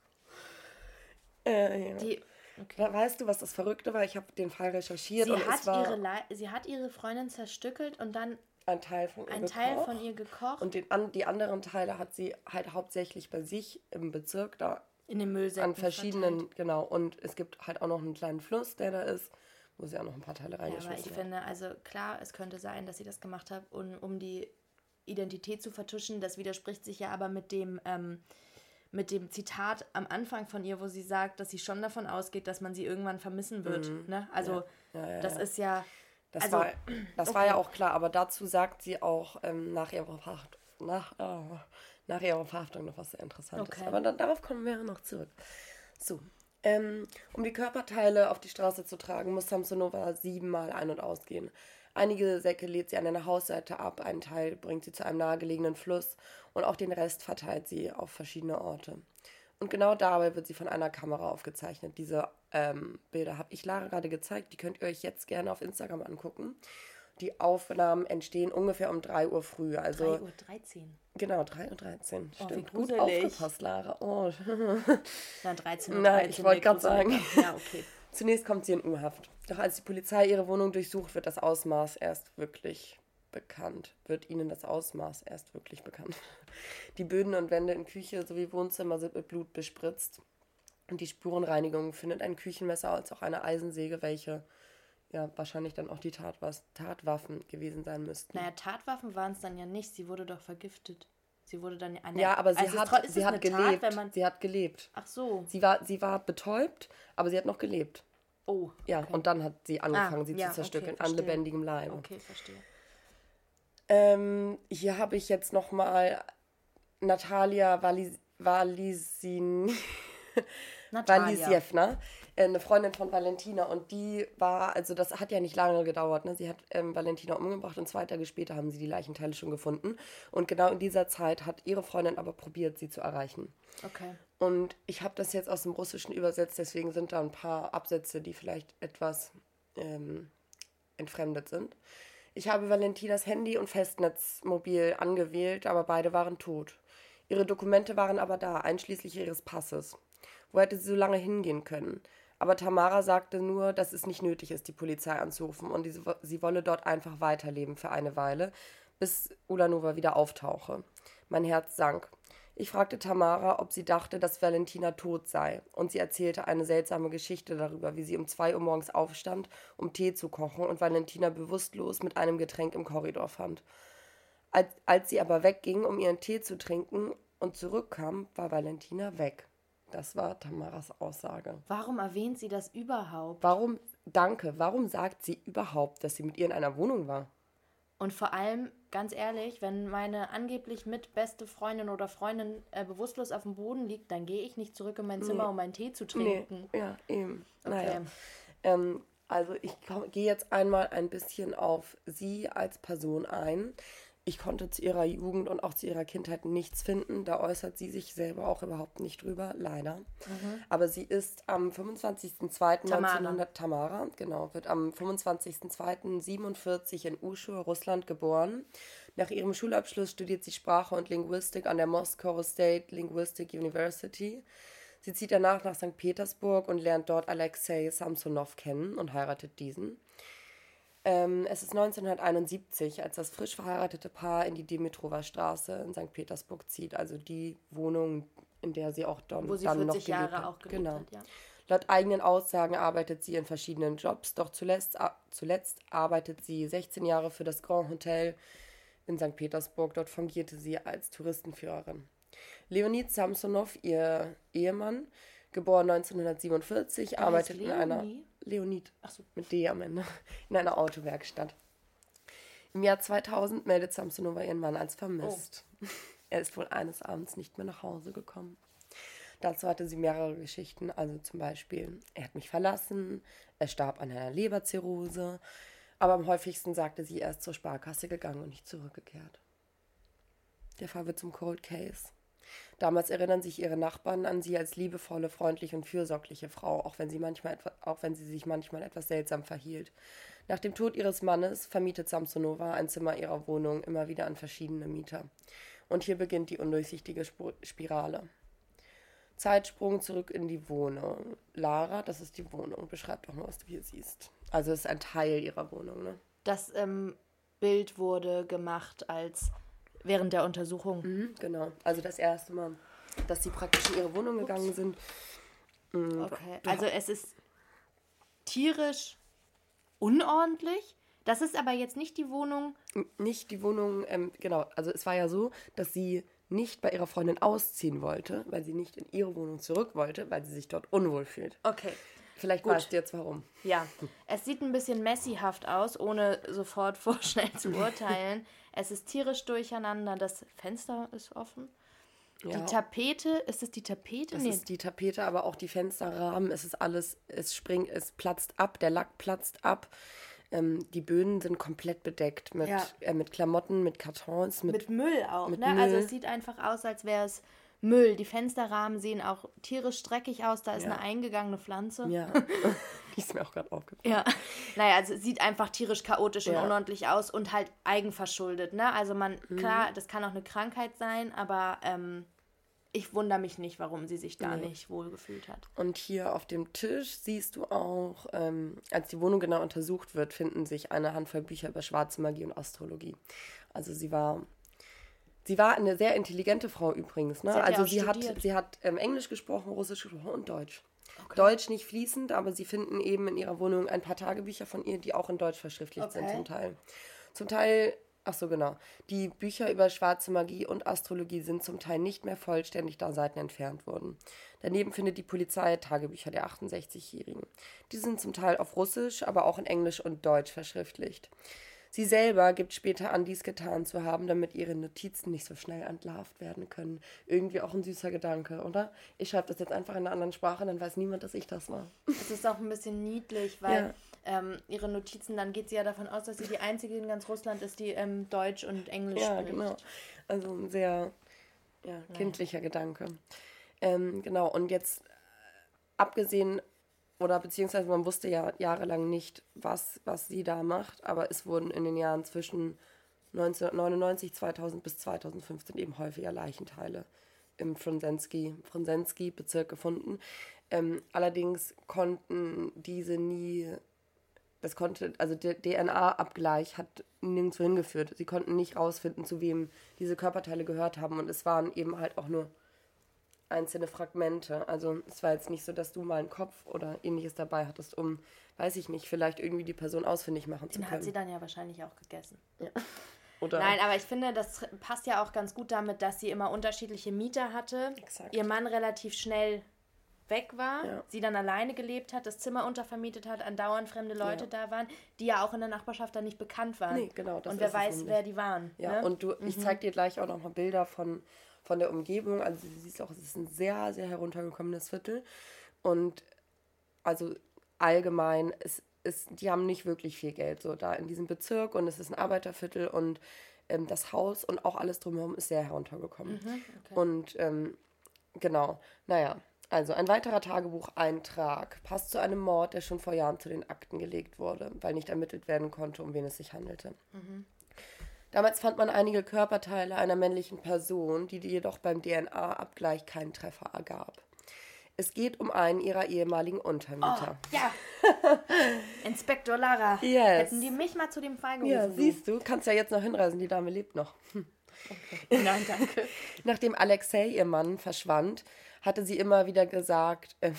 oder? Äh, ja. Die, okay. Da weißt du, was das Verrückte war? Ich habe den Fall recherchiert Sie und hat, es war ihre Lei- sie hat ihre Freundin zerstückelt und dann ein Teil von ihr einen gekocht. Teil von ihr gekocht. Und den, an, die anderen Teile hat sie halt hauptsächlich bei sich im Bezirk da in den Müllsäcken an verschiedenen, verteilt. genau. Und es gibt halt auch noch einen kleinen Fluss, der da ist, wo sie auch noch ein paar Teile Ja, aber reingeschmissen ich hat. finde, also klar, es könnte sein, dass sie das gemacht hat, um, um die Identität zu vertuschen. Das widerspricht sich ja aber mit dem, ähm, mit dem Zitat am Anfang von ihr, wo sie sagt, dass sie schon davon ausgeht, dass man sie irgendwann vermissen wird. Ne? Also Ja, ja, das ja. ist ja... Das, also, war, das war ja auch klar, aber dazu sagt sie auch ähm, nach, ihrer Verhaft, nach, oh, nach ihrer Verhaftung noch was sehr Interessantes. Okay. Aber dann, darauf kommen wir ja noch zurück. So, ähm, um die Körperteile auf die Straße zu tragen, muss Samsonova siebenmal ein- und ausgehen. Einige Säcke lädt sie an einer Hausseite ab, einen Teil bringt sie zu einem nahegelegenen Fluss und auch den Rest verteilt sie auf verschiedene Orte. Und genau dabei wird sie von einer Kamera aufgezeichnet. Diese ähm, Bilder habe ich Lara gerade gezeigt. Die könnt ihr euch jetzt gerne auf Instagram angucken. Die Aufnahmen entstehen ungefähr um drei Uhr früh. Also, drei Uhr dreizehn. genau, drei Uhr dreizehn. Oh, wie Stimmt, gut gruselig. aufgepasst, Lara. Oh. Na, dreizehn Uhr. Nein, ich wollte gerade gruselig. sagen. Ja, okay. Zunächst kommt sie in U-Haft. Doch als die Polizei ihre Wohnung durchsucht, wird das Ausmaß erst wirklich bekannt. Wird ihnen das Ausmaß erst wirklich bekannt. Die Böden und Wände in Küche sowie Wohnzimmer sind mit Blut bespritzt. Und die Spurenreinigung findet ein Küchenmesser als auch eine Eisensäge, welche ja wahrscheinlich dann auch die Tatwas- Tatwaffen gewesen sein müssten. Naja, Tatwaffen waren es dann ja nicht. Sie wurde doch vergiftet. Sie wurde dann... Eine, Ja, aber sie also es hat, tro- ist sie es hat eine gelebt. Tat, wenn man... Sie hat gelebt. Ach so. Sie war, sie war betäubt, aber sie hat noch gelebt. Oh. Ja, okay. und dann hat sie angefangen, Ah, sie ja, zu zerstückeln, okay, an verstehe. lebendigem Leibe. Okay, verstehe. Ähm, hier habe ich jetzt nochmal Natalia Walis, Walisin, Natalia. Walisiewna, äh, eine Freundin von Valentina. Und die war, also das hat ja nicht lange gedauert. Ne? Sie hat ähm, Valentina umgebracht und zwei Tage später haben sie die Leichenteile schon gefunden. Und genau in dieser Zeit hat ihre Freundin aber probiert, sie zu erreichen. Okay. Und ich habe das jetzt aus dem Russischen übersetzt, deswegen sind da ein paar Absätze, die vielleicht etwas ähm, entfremdet sind. Ich habe Valentinas Handy und Festnetzmobil angewählt, aber beide waren tot. Ihre Dokumente waren aber da, einschließlich ihres Passes. Wo hätte sie so lange hingehen können? Aber Tamara sagte nur, dass es nicht nötig ist, die Polizei anzurufen und die, sie wolle dort einfach weiterleben für eine Weile, bis Ulanova wieder auftauche. Mein Herz sank. Ich fragte Tamara, ob sie dachte, dass Valentina tot sei, und sie erzählte eine seltsame Geschichte darüber, wie sie um zwei Uhr morgens aufstand, um Tee zu kochen und Valentina bewusstlos mit einem Getränk im Korridor fand. Als, als sie aber wegging, um ihren Tee zu trinken und zurückkam, war Valentina weg. Das war Tamaras Aussage. Warum erwähnt sie das überhaupt? Warum, danke, warum sagt sie überhaupt, dass sie mit ihr in einer Wohnung war? Und vor allem, ganz ehrlich, wenn meine angeblich mitbeste Freundin oder Freundin äh, bewusstlos auf dem Boden liegt, dann gehe ich nicht zurück in mein Zimmer, nee. um meinen Tee zu trinken. Nee. Ja, eben. Okay. Naja. Ähm, also ich gehe jetzt einmal ein bisschen auf sie als Person ein. Ich konnte zu ihrer Jugend und auch zu ihrer Kindheit nichts finden. Da äußert sie sich selber auch überhaupt nicht drüber, leider. Mhm. Aber sie ist am fünfundzwanzigsten zweiten neunzehnhundert Tamara, genau, wird am fünfundzwanzigsten zweiten siebenundvierzig in Uschur, Russland, geboren. Nach ihrem Schulabschluss studiert sie Sprache und Linguistik an der Moscow State Linguistic University. Sie zieht danach nach Sankt Petersburg und lernt dort Alexei Samsonov kennen und heiratet diesen. Ähm, es ist neunzehnhunderteinundsiebzig, als das frisch verheiratete Paar in die Dimitrova-Straße in Sankt Petersburg zieht, also die Wohnung, in der sie auch don, Wo sie dann noch vierzig gelebt Jahre hat. auch gelebt genau. hat, ja. Laut eigenen Aussagen arbeitet sie in verschiedenen Jobs, doch zuletzt, a- zuletzt arbeitet sie sechzehn Jahre für das Grand Hotel in Sankt Petersburg. Dort fungierte sie als Touristenführerin. Leonid Samsonov, ihr Ehemann, geboren neunzehnhundertsiebenundvierzig, Der arbeitet heißt in einer... Leonie? Leonid, Ach so. mit D am Ende, in einer Autowerkstatt. Im Jahr zweitausend meldet Samsonova ihren Mann als vermisst. Oh. Er ist wohl eines Abends nicht mehr nach Hause gekommen. Dazu hatte sie mehrere Geschichten, also zum Beispiel, er hat mich verlassen, er starb an einer Leberzirrhose, aber am häufigsten sagte sie, er ist zur Sparkasse gegangen und nicht zurückgekehrt. Der Fall wird zum Cold Case. Damals erinnern sich ihre Nachbarn an sie als liebevolle, freundliche und fürsorgliche Frau, auch wenn sie manchmal etwa, auch wenn sie sich manchmal etwas seltsam verhielt. Nach dem Tod ihres Mannes vermietet Samsonova ein Zimmer ihrer Wohnung immer wieder an verschiedene Mieter. Und hier beginnt die undurchsichtige Spirale. Zeitsprung zurück in die Wohnung. Lara, das ist die Wohnung. Beschreib doch mal, was du hier siehst. Also es ist ein Teil ihrer Wohnung, ne? Das ähm, Bild wurde gemacht als während der Untersuchung. Mhm, genau. Also das erste Mal, dass sie praktisch in ihre Wohnung gegangen Ups. sind. Mhm. Okay, also es ist tierisch unordentlich. Das ist aber jetzt nicht die Wohnung... Nicht die Wohnung, ähm, genau. Also es war ja so, dass sie nicht bei ihrer Freundin ausziehen wollte, weil sie nicht in ihre Wohnung zurück wollte, weil sie sich dort unwohl fühlt. Okay. Vielleicht Gut. weißt du jetzt warum. Ja, es sieht ein bisschen messyhaft aus, ohne sofort vorschnell zu urteilen. Es ist tierisch durcheinander, das Fenster ist offen. Ja. Die Tapete, ist es die Tapete? Das Nee. ist die Tapete, aber auch die Fensterrahmen, es ist alles, es springt, es platzt ab, der Lack platzt ab. Ähm, die Böden sind komplett bedeckt mit, Ja. äh, mit Klamotten, mit Kartons, mit, Mit Müll auch, mit ne? Müll. Also es sieht einfach aus, als wäre es Müll. Die Fensterrahmen sehen auch tierisch dreckig aus, da ist Ja. eine eingegangene Pflanze. Ja, die ist mir auch gerade aufgefallen. Ja, naja, also es sieht einfach tierisch chaotisch Ja. und unordentlich aus und halt eigenverschuldet, ne? Also man, Mhm. klar, das kann auch eine Krankheit sein, aber ähm, ich wundere mich nicht, warum sie sich da Nee. nicht wohlgefühlt hat. Und hier auf dem Tisch siehst du auch, ähm, als die Wohnung genau untersucht wird, finden sich eine Handvoll Bücher über schwarze Magie und Astrologie. Also sie war, sie war eine sehr intelligente Frau übrigens. Ne? Sie hat ja Also auch sie hat, studiert. sie hat ähm, Englisch gesprochen, Russisch gesprochen und Deutsch. Okay. Deutsch nicht fließend, aber sie finden eben in ihrer Wohnung ein paar Tagebücher von ihr, die auch in Deutsch verschriftlicht Okay. sind zum Teil. Zum Teil, ach so genau, die Bücher über schwarze Magie und Astrologie sind zum Teil nicht mehr vollständig, da Seiten entfernt wurden. Daneben findet die Polizei Tagebücher der achtundsechzigjährigen. Die sind zum Teil auf Russisch, aber auch in Englisch und Deutsch verschriftlicht. Sie selber gibt später an, dies getan zu haben, damit ihre Notizen nicht so schnell entlarvt werden können. Irgendwie auch ein süßer Gedanke, oder? Ich schreibe das jetzt einfach in einer anderen Sprache, dann weiß niemand, dass ich das war. Es ist auch ein bisschen niedlich, weil Ja. ähm, ihre Notizen, dann geht sie ja davon aus, dass sie die einzige in ganz Russland ist, die ähm, Deutsch und Englisch Ja, spricht. genau. Also ein sehr ja, kindlicher Gedanke. Ähm, genau, und jetzt äh, abgesehen, oder beziehungsweise man wusste ja jahrelang nicht, was, was sie da macht, aber es wurden in den Jahren zwischen neunzehnhundertneunundneunzig, zweitausend bis zweitausendfünfzehn eben häufiger Leichenteile im Frunzenski-Bezirk gefunden. Ähm, allerdings konnten diese nie, das konnte, also der D N A-Abgleich hat nirgendwo hingeführt. Sie konnten nicht rausfinden, zu wem diese Körperteile gehört haben. Und es waren eben halt auch nur einzelne Fragmente. Also es war jetzt nicht so, dass du mal einen Kopf oder ähnliches dabei hattest, um, weiß ich nicht, vielleicht irgendwie die Person ausfindig machen zu Den können. hat sie dann ja wahrscheinlich auch gegessen. Ja. Oder Nein, aber ich finde, das passt ja auch ganz gut damit, dass sie immer unterschiedliche Mieter hatte. Exakt. Ihr Mann relativ schnell weg war, Ja. sie dann alleine gelebt hat, das Zimmer untervermietet hat, andauernd fremde Leute Ja. da waren, die ja auch in der Nachbarschaft dann nicht bekannt waren. Nee, genau, das und wer ist es weiß, nämlich. wer die waren. Ja, ne? und du, ich zeig dir gleich auch nochmal Bilder von, von der Umgebung. Also du siehst auch, es ist ein sehr, sehr heruntergekommenes Viertel. Und also allgemein, es ist, die haben nicht wirklich viel Geld so da in diesem Bezirk und es ist ein Arbeiterviertel und ähm, das Haus und auch alles drumherum ist sehr heruntergekommen. Mhm, okay. Und ähm, genau, naja, also ein weiterer Tagebucheintrag passt zu einem Mord, der schon vor Jahren zu den Akten gelegt wurde, weil nicht ermittelt werden konnte, um wen es sich handelte. Mhm. Damals fand man einige Körperteile einer männlichen Person, die jedoch beim D N A-Abgleich keinen Treffer ergab. Es geht um einen ihrer ehemaligen Untermieter. Oh, ja. Inspektor Lara. Yes. Hätten die mich mal zu dem Fall gerufen. Ja, du. siehst du, kannst ja jetzt noch hinreisen, die Dame lebt noch. Okay. Nein, danke. Nachdem Alexei, ihr Mann, verschwand, hatte sie immer wieder gesagt, äh,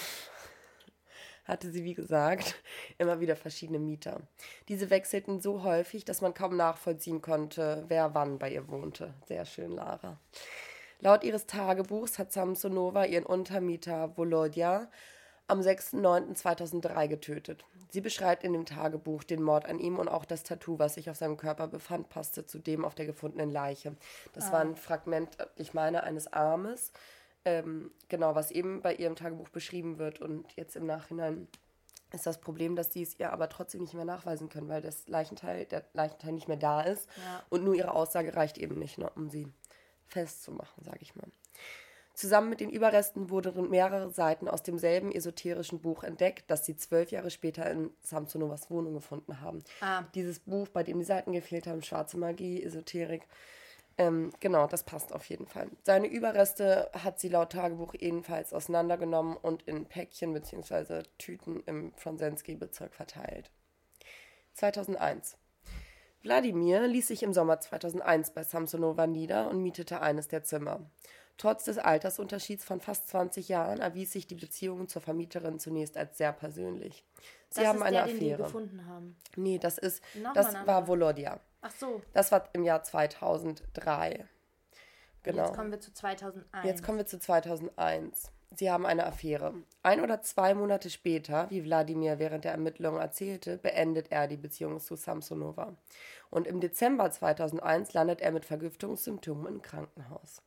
hatte sie, wie gesagt, immer wieder verschiedene Mieter. Diese wechselten so häufig, dass man kaum nachvollziehen konnte, wer wann bei ihr wohnte. Sehr schön, Lara. Laut ihres Tagebuchs hat Samsonova ihren Untermieter Volodya am sechster neunter zweitausenddrei getötet. Sie beschreibt in dem Tagebuch den Mord an ihm und auch das Tattoo, was sich auf seinem Körper befand, passte zu dem auf der gefundenen Leiche. Das Ah. war ein Fragment, ich meine, eines Armes, ähm, genau, was eben bei ihrem Tagebuch beschrieben wird. Und jetzt im Nachhinein ist das Problem, dass sie es ihr aber trotzdem nicht mehr nachweisen können, weil das Leichenteil, der Leichenteil nicht mehr da ist. Ja. Und nur ihre Aussage reicht eben nicht, ne, um sie festzumachen, sage ich mal. Zusammen mit den Überresten wurden mehrere Seiten aus demselben esoterischen Buch entdeckt, das sie zwölf Jahre später in Samsonovas Wohnung gefunden haben. Ah. Dieses Buch, bei dem die Seiten gefehlt haben, schwarze Magie, Esoterik, ähm, genau, das passt auf jeden Fall. Seine Überreste hat sie laut Tagebuch ebenfalls auseinandergenommen und in Päckchen bzw. Tüten im Frunzenski-Bezirk verteilt. zweitausendeins. Wladimir ließ sich im Sommer zweitausendeins bei Samsonova nieder und mietete eines der Zimmer. Trotz des Altersunterschieds von fast zwanzig Jahren erwies sich die Beziehung zur Vermieterin zunächst als sehr persönlich. Sie das haben ist eine der, Affäre. den die gefunden haben. Nee, das ist, Noch das mal ein war anderer. Volodya. Ach so. Das war im Jahr zweitausenddrei. Genau. Jetzt kommen wir zu zweitausendeins. Jetzt kommen wir zu zweitausendeins. Sie haben eine Affäre. Ein oder zwei Monate später, wie Wladimir während der Ermittlungen erzählte, beendet er die Beziehung zu Samsonova. Und im Dezember zweitausendeins landet er mit Vergiftungssymptomen im Krankenhaus.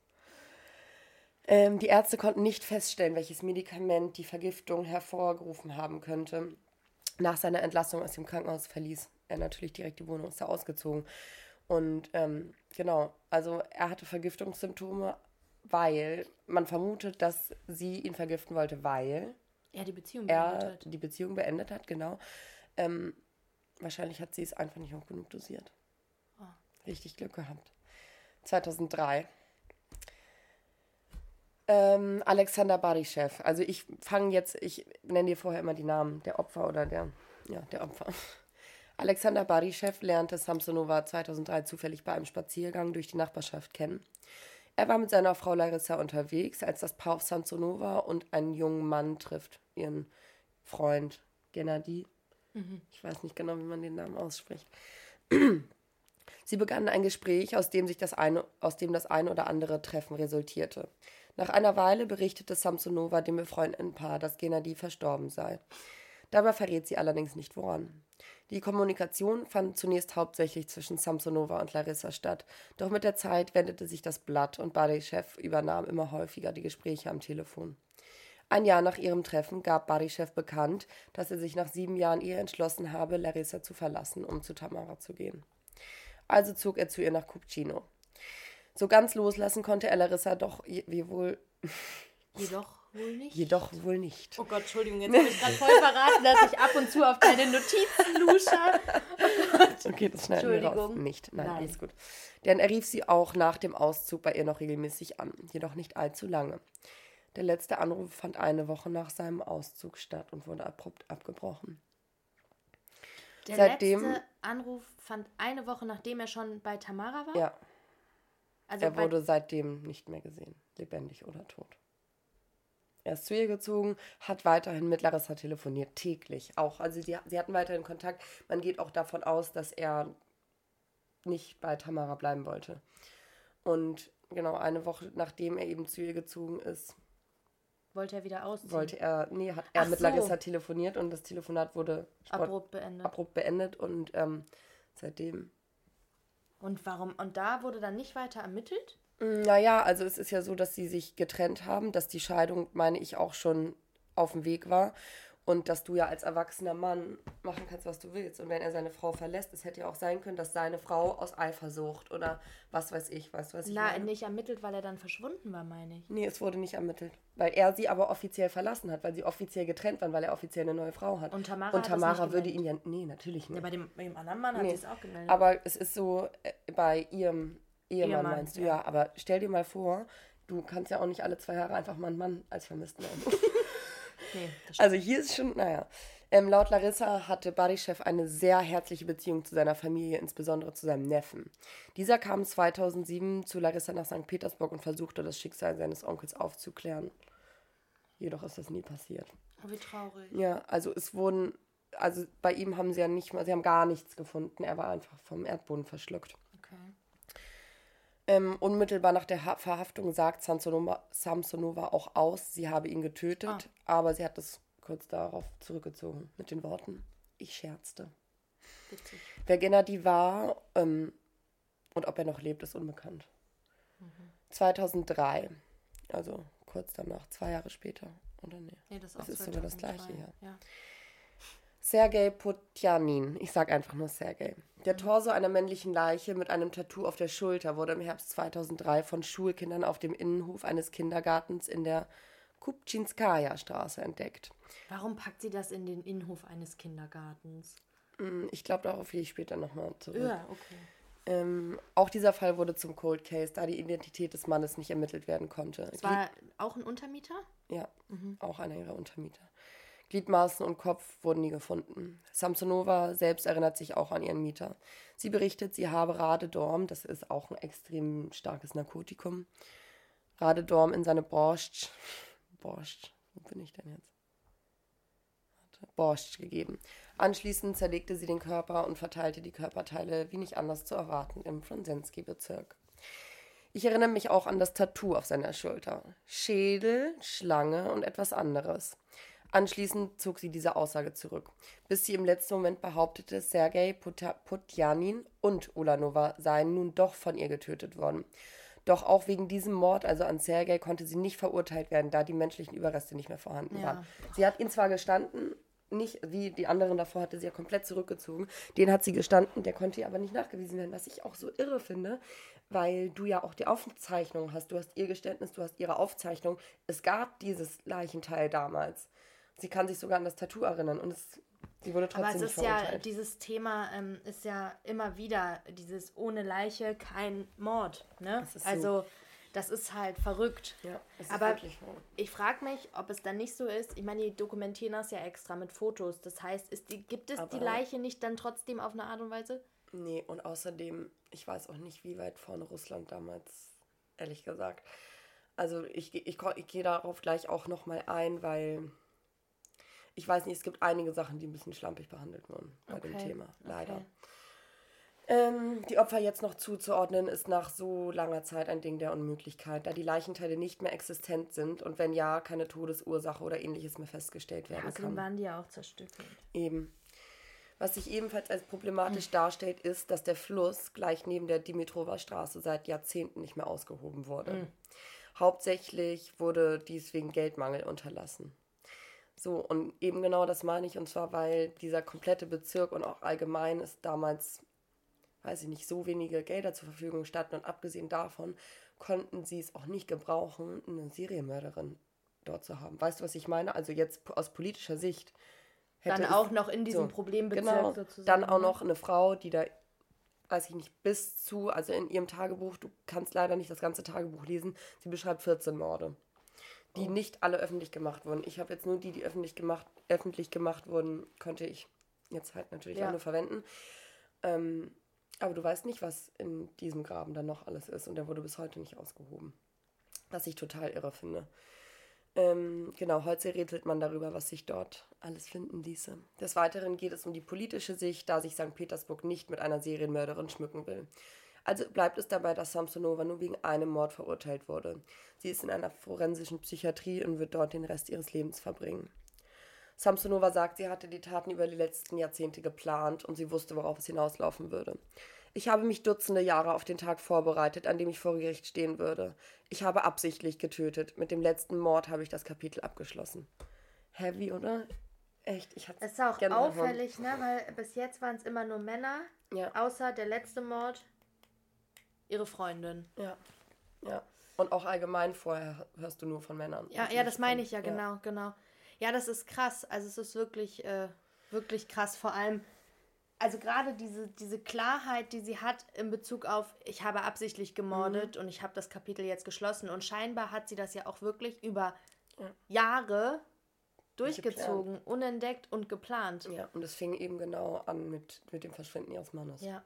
Ähm, die Ärzte konnten nicht feststellen, welches Medikament die Vergiftung hervorgerufen haben könnte. Nach seiner Entlassung aus dem Krankenhaus verließ er natürlich direkt die Wohnung, ist da ausgezogen. Und ähm, genau, also er hatte Vergiftungssymptome, weil man vermutet, dass sie ihn vergiften wollte, weil er die Beziehung beendet er hat. die Beziehung beendet hat, genau. Ähm, wahrscheinlich hat sie es einfach nicht hoch genug dosiert. Oh. Richtig Glück gehabt. zweitausenddrei. Ähm, Alexander Baryschew. Also ich fange jetzt, ich nenne dir vorher immer die Namen der Opfer oder der, ja, der Opfer. Alexander Baryschew lernte Samsonova zweitausenddrei zufällig bei einem Spaziergang durch die Nachbarschaft kennen. Er war mit seiner Frau Larissa unterwegs, als das Paar auf Samsonova und einen jungen Mann trifft, ihren Freund Gennady. Mhm. Ich weiß nicht genau, wie man den Namen ausspricht. Sie begannen ein Gespräch, aus dem sich das eine, aus dem das eine oder andere Treffen resultierte. Nach einer Weile berichtete Samsonova dem befreundeten Paar, dass Gennady verstorben sei. Dabei verrät sie allerdings nicht, woran. Die Kommunikation fand zunächst hauptsächlich zwischen Samsonova und Larissa statt, doch mit der Zeit wendete sich das Blatt und Baryschew übernahm immer häufiger die Gespräche am Telefon. Ein Jahr nach ihrem Treffen gab Baryschew bekannt, dass er sich nach sieben Jahren Ehe entschlossen habe, Larissa zu verlassen, um zu Tamara zu gehen. Also zog er zu ihr nach Kupčino. So ganz loslassen konnte er Larissa doch, wie wohl, Jedoch. wohl nicht. Jedoch wohl nicht. Oh Gott, Entschuldigung, jetzt habe ich gerade voll verraten, dass ich ab und zu auf deine Notizen lusche. Oh Gott. Okay, das schneiden wir raus. Entschuldigung. Nicht, nein, Nein. alles gut. Denn er rief sie auch nach dem Auszug bei ihr noch regelmäßig an, jedoch nicht allzu lange. Der letzte Anruf fand eine Woche nach seinem Auszug statt und wurde abrupt abgebrochen. Der Seitdem, letzte Anruf fand eine Woche, nachdem er schon bei Tamara war? ja, Also er bei, wurde seitdem nicht mehr gesehen, lebendig oder tot. Er ist zu ihr gezogen, hat weiterhin mit Larissa telefoniert, täglich auch. Also sie, sie hatten weiterhin Kontakt. Man geht auch davon aus, dass er nicht bei Tamara bleiben wollte. Und genau eine Woche nachdem er eben zu ihr gezogen ist, wollte er wieder ausziehen? wollte er, nee, hat er Ach mit so. Larissa telefoniert und das Telefonat wurde sport- Abrupt beendet. abrupt beendet und ähm, seitdem. Und warum? Und da wurde dann nicht weiter ermittelt? Naja, also es ist ja so, dass sie sich getrennt haben, dass die Scheidung, meine ich, auch schon auf dem Weg war und dass du ja als erwachsener Mann machen kannst, was du willst. Und wenn er seine Frau verlässt, es hätte ja auch sein können, dass seine Frau aus Eifersucht oder was weiß ich, weißt du, was ich Na, meine? nicht ermittelt, weil er dann verschwunden war, meine ich. Nee, es wurde nicht ermittelt, weil er sie aber offiziell verlassen hat, weil sie offiziell getrennt waren, weil er offiziell eine neue Frau hat. Und Tamara Und hat das Tamara nicht würde ihn gemeldet? ja, nee, natürlich nicht. Ja, bei dem, bei dem anderen Mann hat Nee. sie es auch gemeldet. Aber es ist so, äh, bei ihrem Ehemann, Ehemann, meinst du, ja. ja. Aber stell dir mal vor, du kannst ja auch nicht alle zwei Jahre einfach mal einen Mann als Vermissten nennen. Nee, das stimmt. Also hier ist schon, naja. Ähm, laut Larissa hatte Barischew eine sehr herzliche Beziehung zu seiner Familie, insbesondere zu seinem Neffen. Dieser kam zweitausendsieben zu Larissa nach Sankt Petersburg und versuchte, das Schicksal seines Onkels aufzuklären. Jedoch ist das nie passiert. Oh, wie traurig. Ja, also es wurden, also bei ihm haben sie ja nicht mal, sie haben gar nichts gefunden. Er war einfach vom Erdboden verschluckt. Okay. Ähm, unmittelbar nach der ha- Verhaftung sagt Samsonova, Samsonova auch aus, sie habe ihn getötet, Ah. aber sie hat es kurz darauf zurückgezogen mit den Worten, ich scherzte. Witzig. Wer Gennady war ähm, und ob er noch lebt, ist unbekannt. Mhm. zweitausenddrei, also kurz danach, zwei Jahre später, oder nee? Nee, das ist, Das auch ist sogar das zweitausenddrei. Gleiche, ja. ja. Sergei Potjanin, ich sag einfach nur Sergei. Der Torso einer männlichen Leiche mit einem Tattoo auf der Schulter wurde im Herbst zweitausenddrei von Schulkindern auf dem Innenhof eines Kindergartens in der Kupczynskaja-Straße entdeckt. Warum packt sie das in den Innenhof eines Kindergartens? Hm, Ich glaube, darauf gehe ich später nochmal zurück. Ja, okay. Ähm, auch dieser Fall wurde zum Cold Case, da die Identität des Mannes nicht ermittelt werden konnte. Es war auch ein Untermieter? Ja, auch einer ihrer Untermieter. Gliedmaßen und Kopf wurden nie gefunden. Samsonova selbst erinnert sich auch an ihren Mieter. Sie berichtet, sie habe Radedorm, das ist auch ein extrem starkes Narkotikum, Radedorm in seine Borscht, Borscht, wo bin ich denn jetzt? Warte, Borscht gegeben. Anschließend zerlegte sie den Körper und verteilte die Körperteile, wie nicht anders zu erwarten, im Fronsensky-Bezirk. Ich erinnere mich auch an das Tattoo auf seiner Schulter. Schädel, Schlange und etwas anderes. Anschließend zog sie diese Aussage zurück, bis sie im letzten Moment behauptete, Sergei Pota- Potjanin und Ulanova seien nun doch von ihr getötet worden. Doch auch wegen diesem Mord, also an Sergei, konnte sie nicht verurteilt werden, da die menschlichen Überreste nicht mehr vorhanden Ja. waren. Sie hat ihn zwar gestanden, nicht wie die anderen davor, hatte sie ja komplett zurückgezogen. Den hat sie gestanden, der konnte ihr aber nicht nachgewiesen werden, was ich auch so irre finde, weil du ja auch die Aufzeichnung hast. Du hast ihr Geständnis, du hast ihre Aufzeichnung. Es gab dieses Leichenteil damals. Sie kann sich sogar an das Tattoo erinnern und es, sie wurde trotzdem Aber es nicht ist ja, verurteilt. dieses Thema ähm, ist ja immer wieder dieses ohne Leiche kein Mord. Ne? Das ist so. Also das ist halt verrückt. Ja, es ist Aber wirklich so. ich frage mich, ob es dann nicht so ist. Ich meine, die dokumentieren das ja extra mit Fotos. Das heißt, ist die, gibt es Aber- die Leiche nicht dann trotzdem auf eine Art und Weise? Nee, und außerdem, ich weiß auch nicht, wie weit vorne Russland damals, ehrlich gesagt. Also ich, geh- ich, ko- ich gehe darauf gleich auch nochmal ein, weil ich weiß nicht, es gibt einige Sachen, die ein bisschen schlampig behandelt wurden bei dem Okay, Thema, leider. okay. Ähm, die Opfer jetzt noch zuzuordnen, ist nach so langer Zeit ein Ding der Unmöglichkeit, da die Leichenteile nicht mehr existent sind und wenn ja, keine Todesursache oder ähnliches mehr festgestellt Ja, werden außerdem kann. waren die ja auch zerstückelt. Eben. Was sich ebenfalls als problematisch darstellt, ist, dass der Fluss gleich neben der Dimitrova-Straße seit Jahrzehnten nicht mehr ausgehoben wurde. Hauptsächlich wurde dies wegen Geldmangel unterlassen. So, und eben genau das meine ich, und zwar, weil dieser komplette Bezirk und auch allgemein ist damals, weiß ich nicht, so wenige Gelder zur Verfügung standen und abgesehen davon konnten sie es auch nicht gebrauchen, eine Serienmörderin dort zu haben. Weißt du, was ich meine? Also jetzt aus politischer Sicht. Hätte dann auch es, noch in diesem so, Problembezirk genau, sozusagen. Dann auch noch eine Frau, die da, weiß ich nicht, bis zu, also in ihrem Tagebuch, du kannst leider nicht das ganze Tagebuch lesen, sie beschreibt vierzehn Morde, die oh. nicht alle öffentlich gemacht wurden. Ich habe jetzt nur die, die öffentlich gemacht, öffentlich gemacht wurden, konnte ich jetzt halt natürlich ja. auch nur verwenden. Ähm, aber du weißt nicht, was in diesem Graben dann noch alles ist und der wurde bis heute nicht ausgehoben. Was ich total irre finde. Ähm, genau, heute rätselt man darüber, was sich dort alles finden ließe. Des Weiteren geht es um die politische Sicht, da sich Sankt Petersburg nicht mit einer Serienmörderin schmücken will. Also bleibt es dabei, dass Samsonova nur wegen einem Mord verurteilt wurde. Sie ist in einer forensischen Psychiatrie und wird dort den Rest ihres Lebens verbringen. Samsonova sagt, sie hatte die Taten über die letzten Jahrzehnte geplant und sie wusste, worauf es hinauslaufen würde. Ich habe mich Dutzende Jahre auf den Tag vorbereitet, an dem ich vor Gericht stehen würde. Ich habe absichtlich getötet. Mit dem letzten Mord habe ich das Kapitel abgeschlossen. Heavy, oder? Echt, ich hatte es ist auch auffällig, ne? Weil bis jetzt waren es immer nur Männer, ja. außer der letzte Mord, ihre Freundin. Ja, ja. Und auch allgemein vorher hörst du nur von Männern. Ja, ja, das meine ich ja, genau, ja. genau. Ja, das ist krass. Also es ist wirklich, äh, wirklich krass. Vor allem, also gerade diese, diese Klarheit, die sie hat in Bezug auf, ich habe absichtlich gemordet mhm. und ich habe das Kapitel jetzt geschlossen. Und scheinbar hat sie das ja auch wirklich über ja. Jahre durchgezogen, geplant. unentdeckt und geplant. Ja, und es fing eben genau an mit, mit dem Verschwinden ihres Mannes. Ja.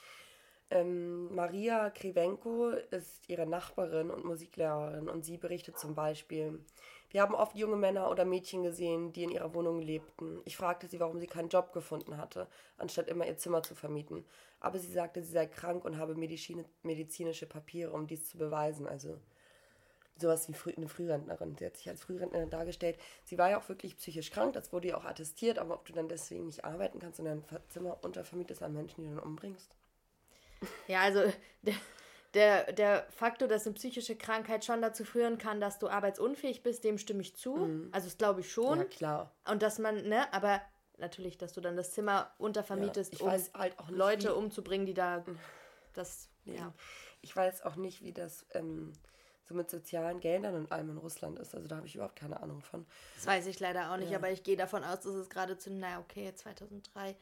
Ähm, Maria Krivenko ist ihre Nachbarin und Musiklehrerin und sie berichtet zum Beispiel: Wir haben oft junge Männer oder Mädchen gesehen, die in ihrer Wohnung lebten. Ich fragte sie, warum sie keinen Job gefunden hatte, anstatt immer ihr Zimmer zu vermieten. Aber sie sagte, sie sei krank und habe Medizin- medizinische Papiere, um dies zu beweisen. Also sowas wie früh, eine Frührentnerin. Sie hat sich als Frührentnerin dargestellt. Sie war ja auch wirklich psychisch krank, das wurde ja auch attestiert, aber ob du dann deswegen nicht arbeiten kannst und dein Zimmer untervermietest an Menschen, die du dann umbringst? Ja, also der, der, der Faktor, dass eine psychische Krankheit schon dazu führen kann, dass du arbeitsunfähig bist, dem stimme ich zu. Mhm. Also das glaube ich schon. Ja, klar. Und dass man, ne, aber natürlich, dass du dann das Zimmer untervermietest, ja, ich weiß um halt auch nicht, Leute wie, umzubringen, die da das, ja. ja. Ich weiß auch nicht, wie das ähm, so mit sozialen Geldern und allem in Russland ist. Also da habe ich überhaupt keine Ahnung von. Das weiß ich leider auch nicht, ja. aber ich gehe davon aus, dass es gerade zu, naja, okay, zweitausenddrei...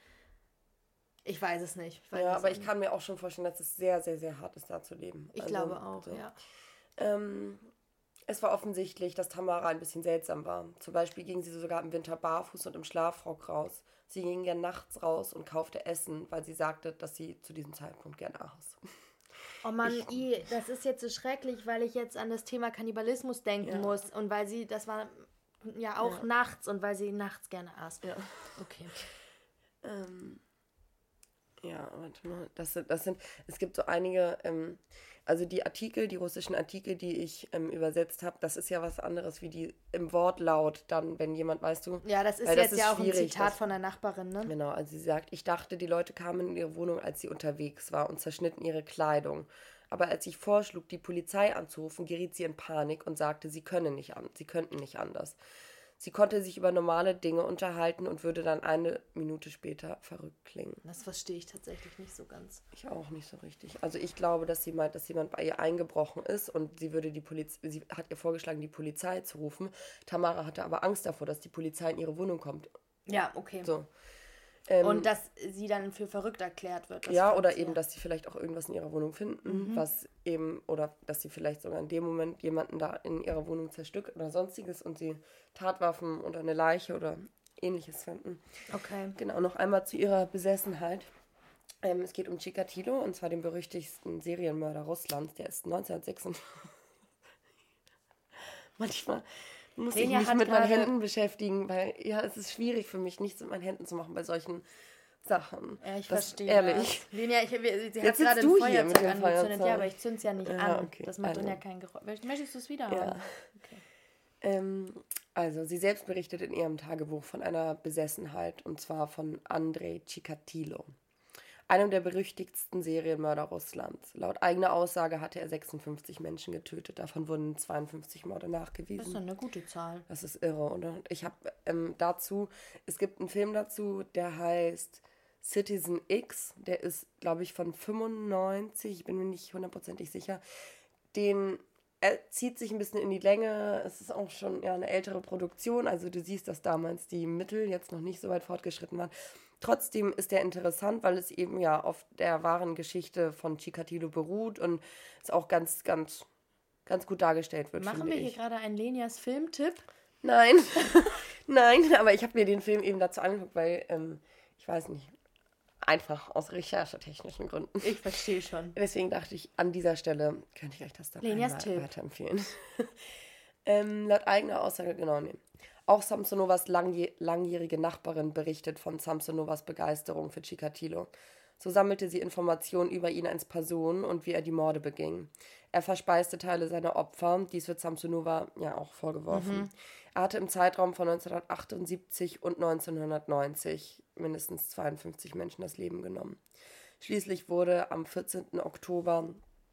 Ich weiß es nicht. Ich weiß ja, es aber nicht. ich kann mir auch schon vorstellen, dass es sehr, sehr, sehr hart ist, da zu leben. Ich also, glaube auch, so. ja. Ähm, es war offensichtlich, dass Tamara ein bisschen seltsam war. Zum Beispiel ging sie sogar im Winter barfuß und im Schlafrock raus. Sie ging gern nachts raus und kaufte Essen, weil sie sagte, dass sie zu diesem Zeitpunkt gern aß. Oh Mann, ich, I, das ist jetzt so schrecklich, weil ich jetzt an das Thema Kannibalismus denken ja. muss. Und weil sie, das war ja auch ja. nachts und weil sie nachts gerne aß. Ja. Okay. Ähm... Ja, warte mal, das sind, das sind, es gibt so einige, ähm, also die Artikel, die russischen Artikel, die ich ähm, übersetzt habe, das ist ja was anderes wie die im Wortlaut dann, wenn jemand, weißt du. Ja, das ist jetzt das ist ja auch ein Zitat das, von der Nachbarin, ne? Genau, also sie sagt, ich dachte, die Leute kamen in ihre Wohnung, als sie unterwegs war und zerschnitten ihre Kleidung. Aber als ich vorschlug, die Polizei anzurufen, geriet sie in Panik und sagte, sie können nicht an, sie könnten nicht anders. Sie konnte sich über normale Dinge unterhalten und würde dann eine Minute später verrückt klingen. Das verstehe ich tatsächlich nicht so ganz. Ich auch nicht so richtig. Also ich glaube, dass sie meint, dass jemand bei ihr eingebrochen ist und sie würde die Polizei, sie hat ihr vorgeschlagen, die Polizei zu rufen. Tamara hatte aber Angst davor, dass die Polizei in ihre Wohnung kommt. Ja, okay. So. Ähm, und dass sie dann für verrückt erklärt wird. Ja, oder eben, dass sie vielleicht auch irgendwas in ihrer Wohnung finden, Mhm. was eben, oder dass sie vielleicht sogar in dem Moment jemanden da in ihrer Wohnung zerstückt oder sonstiges und sie Tatwaffen oder eine Leiche oder ähnliches finden. Okay. Genau, noch einmal zu ihrer Besessenheit. Ähm, es geht um Chikatilo, und zwar den berüchtigsten Serienmörder Russlands. Der ist neunzehnhundertsechsundfünfzig. Manchmal muss Lenia ich mich mit meinen gerade- Händen beschäftigen, weil ja, es ist schwierig für mich, nichts mit meinen Händen zu machen bei solchen Sachen. Ja, ich Das- verstehe. Ehrlich. Das. Lenia, ich, sie Jetzt hat sitzt gerade du ein hier mit Feuerzeug dem angezündet. Feuerzeug. Ja, aber ich zünd's ja nicht Ja, an. okay. Das macht dann Also. ja kein Geräusch. Möchtest du es wieder Ja. haben? Okay. Ähm, also, sie selbst berichtet in ihrem Tagebuch von einer Besessenheit, und zwar von Andrei Chikatilo, einem der berüchtigsten Serienmörder Russlands. Laut eigener Aussage hatte er sechsundfünfzig Menschen getötet, davon wurden zweiundfünfzig Morde Das ist nachgewiesen. doch eine gute Zahl. Das ist irre, oder? Ich habe ähm, dazu, es gibt einen Film dazu, der heißt Citizen X, der ist, glaube ich, von fünfundneunzig, ich bin mir nicht hundertprozentig sicher. Den er zieht sich ein bisschen in die Länge. Es ist auch schon ja, eine ältere Produktion. Also du siehst, dass damals die Mittel jetzt noch nicht so weit fortgeschritten waren. Trotzdem ist der interessant, weil es eben ja auf der wahren Geschichte von Chikatilo beruht und es auch ganz, ganz, ganz gut dargestellt wird. Machen wir hier gerade einen Lenias Filmtipp? Nein, nein, aber ich habe mir den Film eben dazu angeguckt, weil, ähm, ich weiß nicht, einfach aus recherchetechnischen Gründen. Ich verstehe schon. Deswegen dachte ich, an dieser Stelle könnte ich euch das dann Lenias einmal Tipp. weiterempfehlen. ähm, laut eigener Aussage, genau, nee. Auch Samsonovas langjäh- langjährige Nachbarin berichtet von Samsonovas Begeisterung für Chikatilo. So sammelte sie Informationen über ihn als Person und wie er die Morde beging. Er verspeiste Teile seiner Opfer, dies wird Samsonova ja auch vorgeworfen. Mhm. Er hatte im Zeitraum von neunzehnhundertachtundsiebzig und neunzehnhundertneunzig mindestens zweiundfünfzig Menschen das Leben genommen. Schließlich wurde am vierzehnten Oktober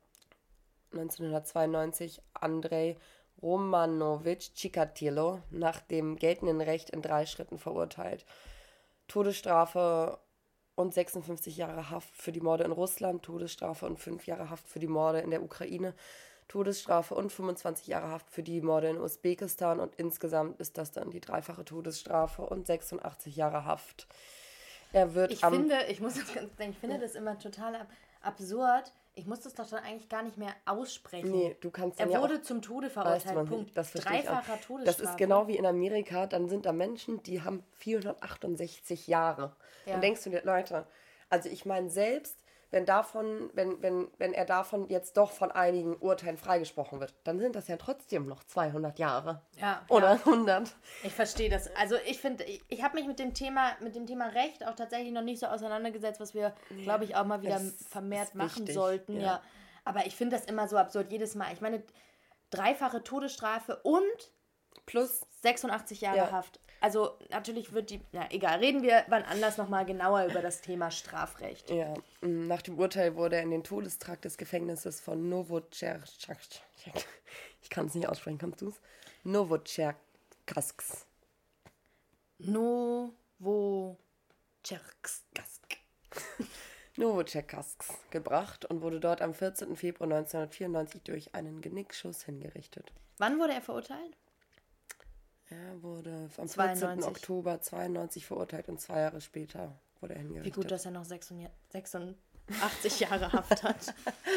neunzehnhundertzweiundneunzig Andrei Romanowitsch Chikatilo nach dem geltenden Recht in drei Schritten verurteilt. Todesstrafe und sechsundfünfzig Jahre Haft für die Morde in Russland, Todesstrafe und fünf Jahre Haft für die Morde in der Ukraine, Todesstrafe und fünfundzwanzig Jahre Haft für die Morde in Usbekistan und insgesamt ist das dann die dreifache Todesstrafe und sechsundachtzig Jahre Haft. Er wird ich am finde, ich muss das ganz ich finde das immer total ab- absurd. Ich muss das doch dann eigentlich gar nicht mehr aussprechen. Nee, du kannst dann Er ja wurde auch, zum Tode weißt verurteilt. man, Punkt. das verstehe ich auch. Dreifacher Todesstrafe. Das ist genau wie in Amerika, dann sind da Menschen, die haben vierhundertachtundsechzig Jahre. Ja. Dann denkst du dir, Leute, also ich meine selbst, wenn davon, wenn, wenn, wenn er davon jetzt doch von einigen Urteilen freigesprochen wird, dann sind das ja trotzdem noch zweihundert Jahre. Ja, Oder ja. hundert. Ich verstehe das. Also ich finde, ich, ich habe mich mit dem Thema, mit dem Thema Recht auch tatsächlich noch nicht so auseinandergesetzt, was wir, glaube ich, auch mal wieder es vermehrt ist machen wichtig, sollten. ja. Ja. Aber ich finde das immer so absurd, jedes Mal. Ich meine, dreifache Todesstrafe und Plus sechsundachtzig Jahre Ja. Haft. Also natürlich wird die, na egal, reden wir wann anders nochmal genauer über das Thema Strafrecht. Ja, nach dem Urteil wurde er in den Todestrakt des Gefängnisses von Novocherkassk. Ich kann es nicht aussprechen, kannst du es? Novocherkassk. Novocherkassk. Novocherkassk gebracht und wurde dort am vierzehnten Februar neunzehnhundertvierundneunzig durch einen Genickschuss hingerichtet. Wann wurde er verurteilt? Er wurde am vierzehnten zweiundneunzig. Oktober zweiundneunzig verurteilt und zwei Jahre später wurde er Wie hingerichtet. gut, dass er noch sechsundachtzig Jahre Haft hat.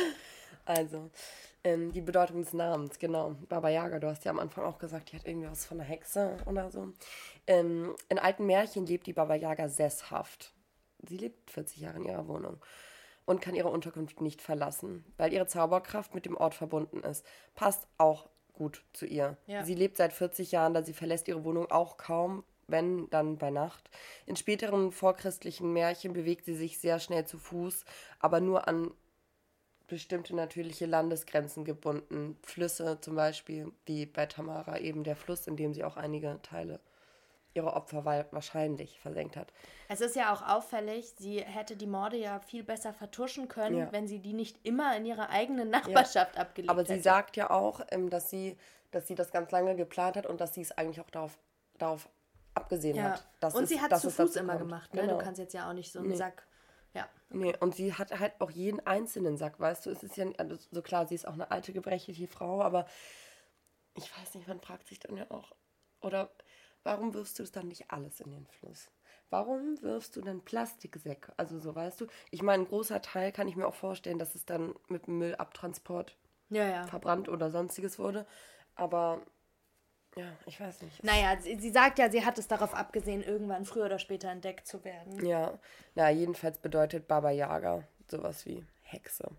Also, ähm, die Bedeutung des Namens, genau. Baba Yaga, du hast ja am Anfang auch gesagt, die hat irgendwie was von einer Hexe oder so. Ähm, in alten Märchen lebt die Baba Yaga sesshaft. Sie lebt vierzig Jahre in ihrer Wohnung und kann ihre Unterkunft nicht verlassen, weil ihre Zauberkraft mit dem Ort verbunden ist. Passt auch gut zu ihr. Ja. Sie lebt seit vierzig Jahren, da sie verlässt ihre Wohnung auch kaum, wenn dann bei Nacht. In späteren vorchristlichen Märchen bewegt sie sich sehr schnell zu Fuß, aber nur an bestimmte natürliche Landesgrenzen gebunden. Flüsse zum Beispiel, wie bei Tamara eben der Fluss, in dem sie auch einige Teile ihrer Opfer wa- wahrscheinlich versenkt hat. Es ist ja auch auffällig, sie hätte die Morde ja viel besser vertuschen können, Ja. wenn sie die nicht immer in ihrer eigenen Nachbarschaft abgelegt Aber hätte. sie sagt ja auch, ähm, dass sie, dass sie das ganz lange geplant hat und dass sie es eigentlich auch darauf, darauf abgesehen ja. hat. Dass Und es, sie hat dass zu es Fuß dazu immer kommt. gemacht, ne? Genau. Du kannst jetzt ja auch nicht so einen Nee. Sack. Ja. Nee, und sie hat halt auch jeden einzelnen Sack, weißt du, es ist ja, also so klar, sie ist auch eine alte, gebrechliche Frau, aber ich weiß nicht, man fragt sich dann ja auch, oder warum wirfst du es dann nicht alles in den Fluss? Warum wirfst du dann Plastiksäcke? Also so, weißt du, ich meine, ein großer Teil kann ich mir auch vorstellen, dass es dann mit dem Müllabtransport Ja, ja. verbrannt oder sonstiges wurde, aber ja, ich weiß nicht. Naja, sie, sie sagt ja, sie hat es darauf abgesehen, irgendwann früher oder später entdeckt zu werden. Ja, na, jedenfalls bedeutet Baba Yaga sowas wie Hexe.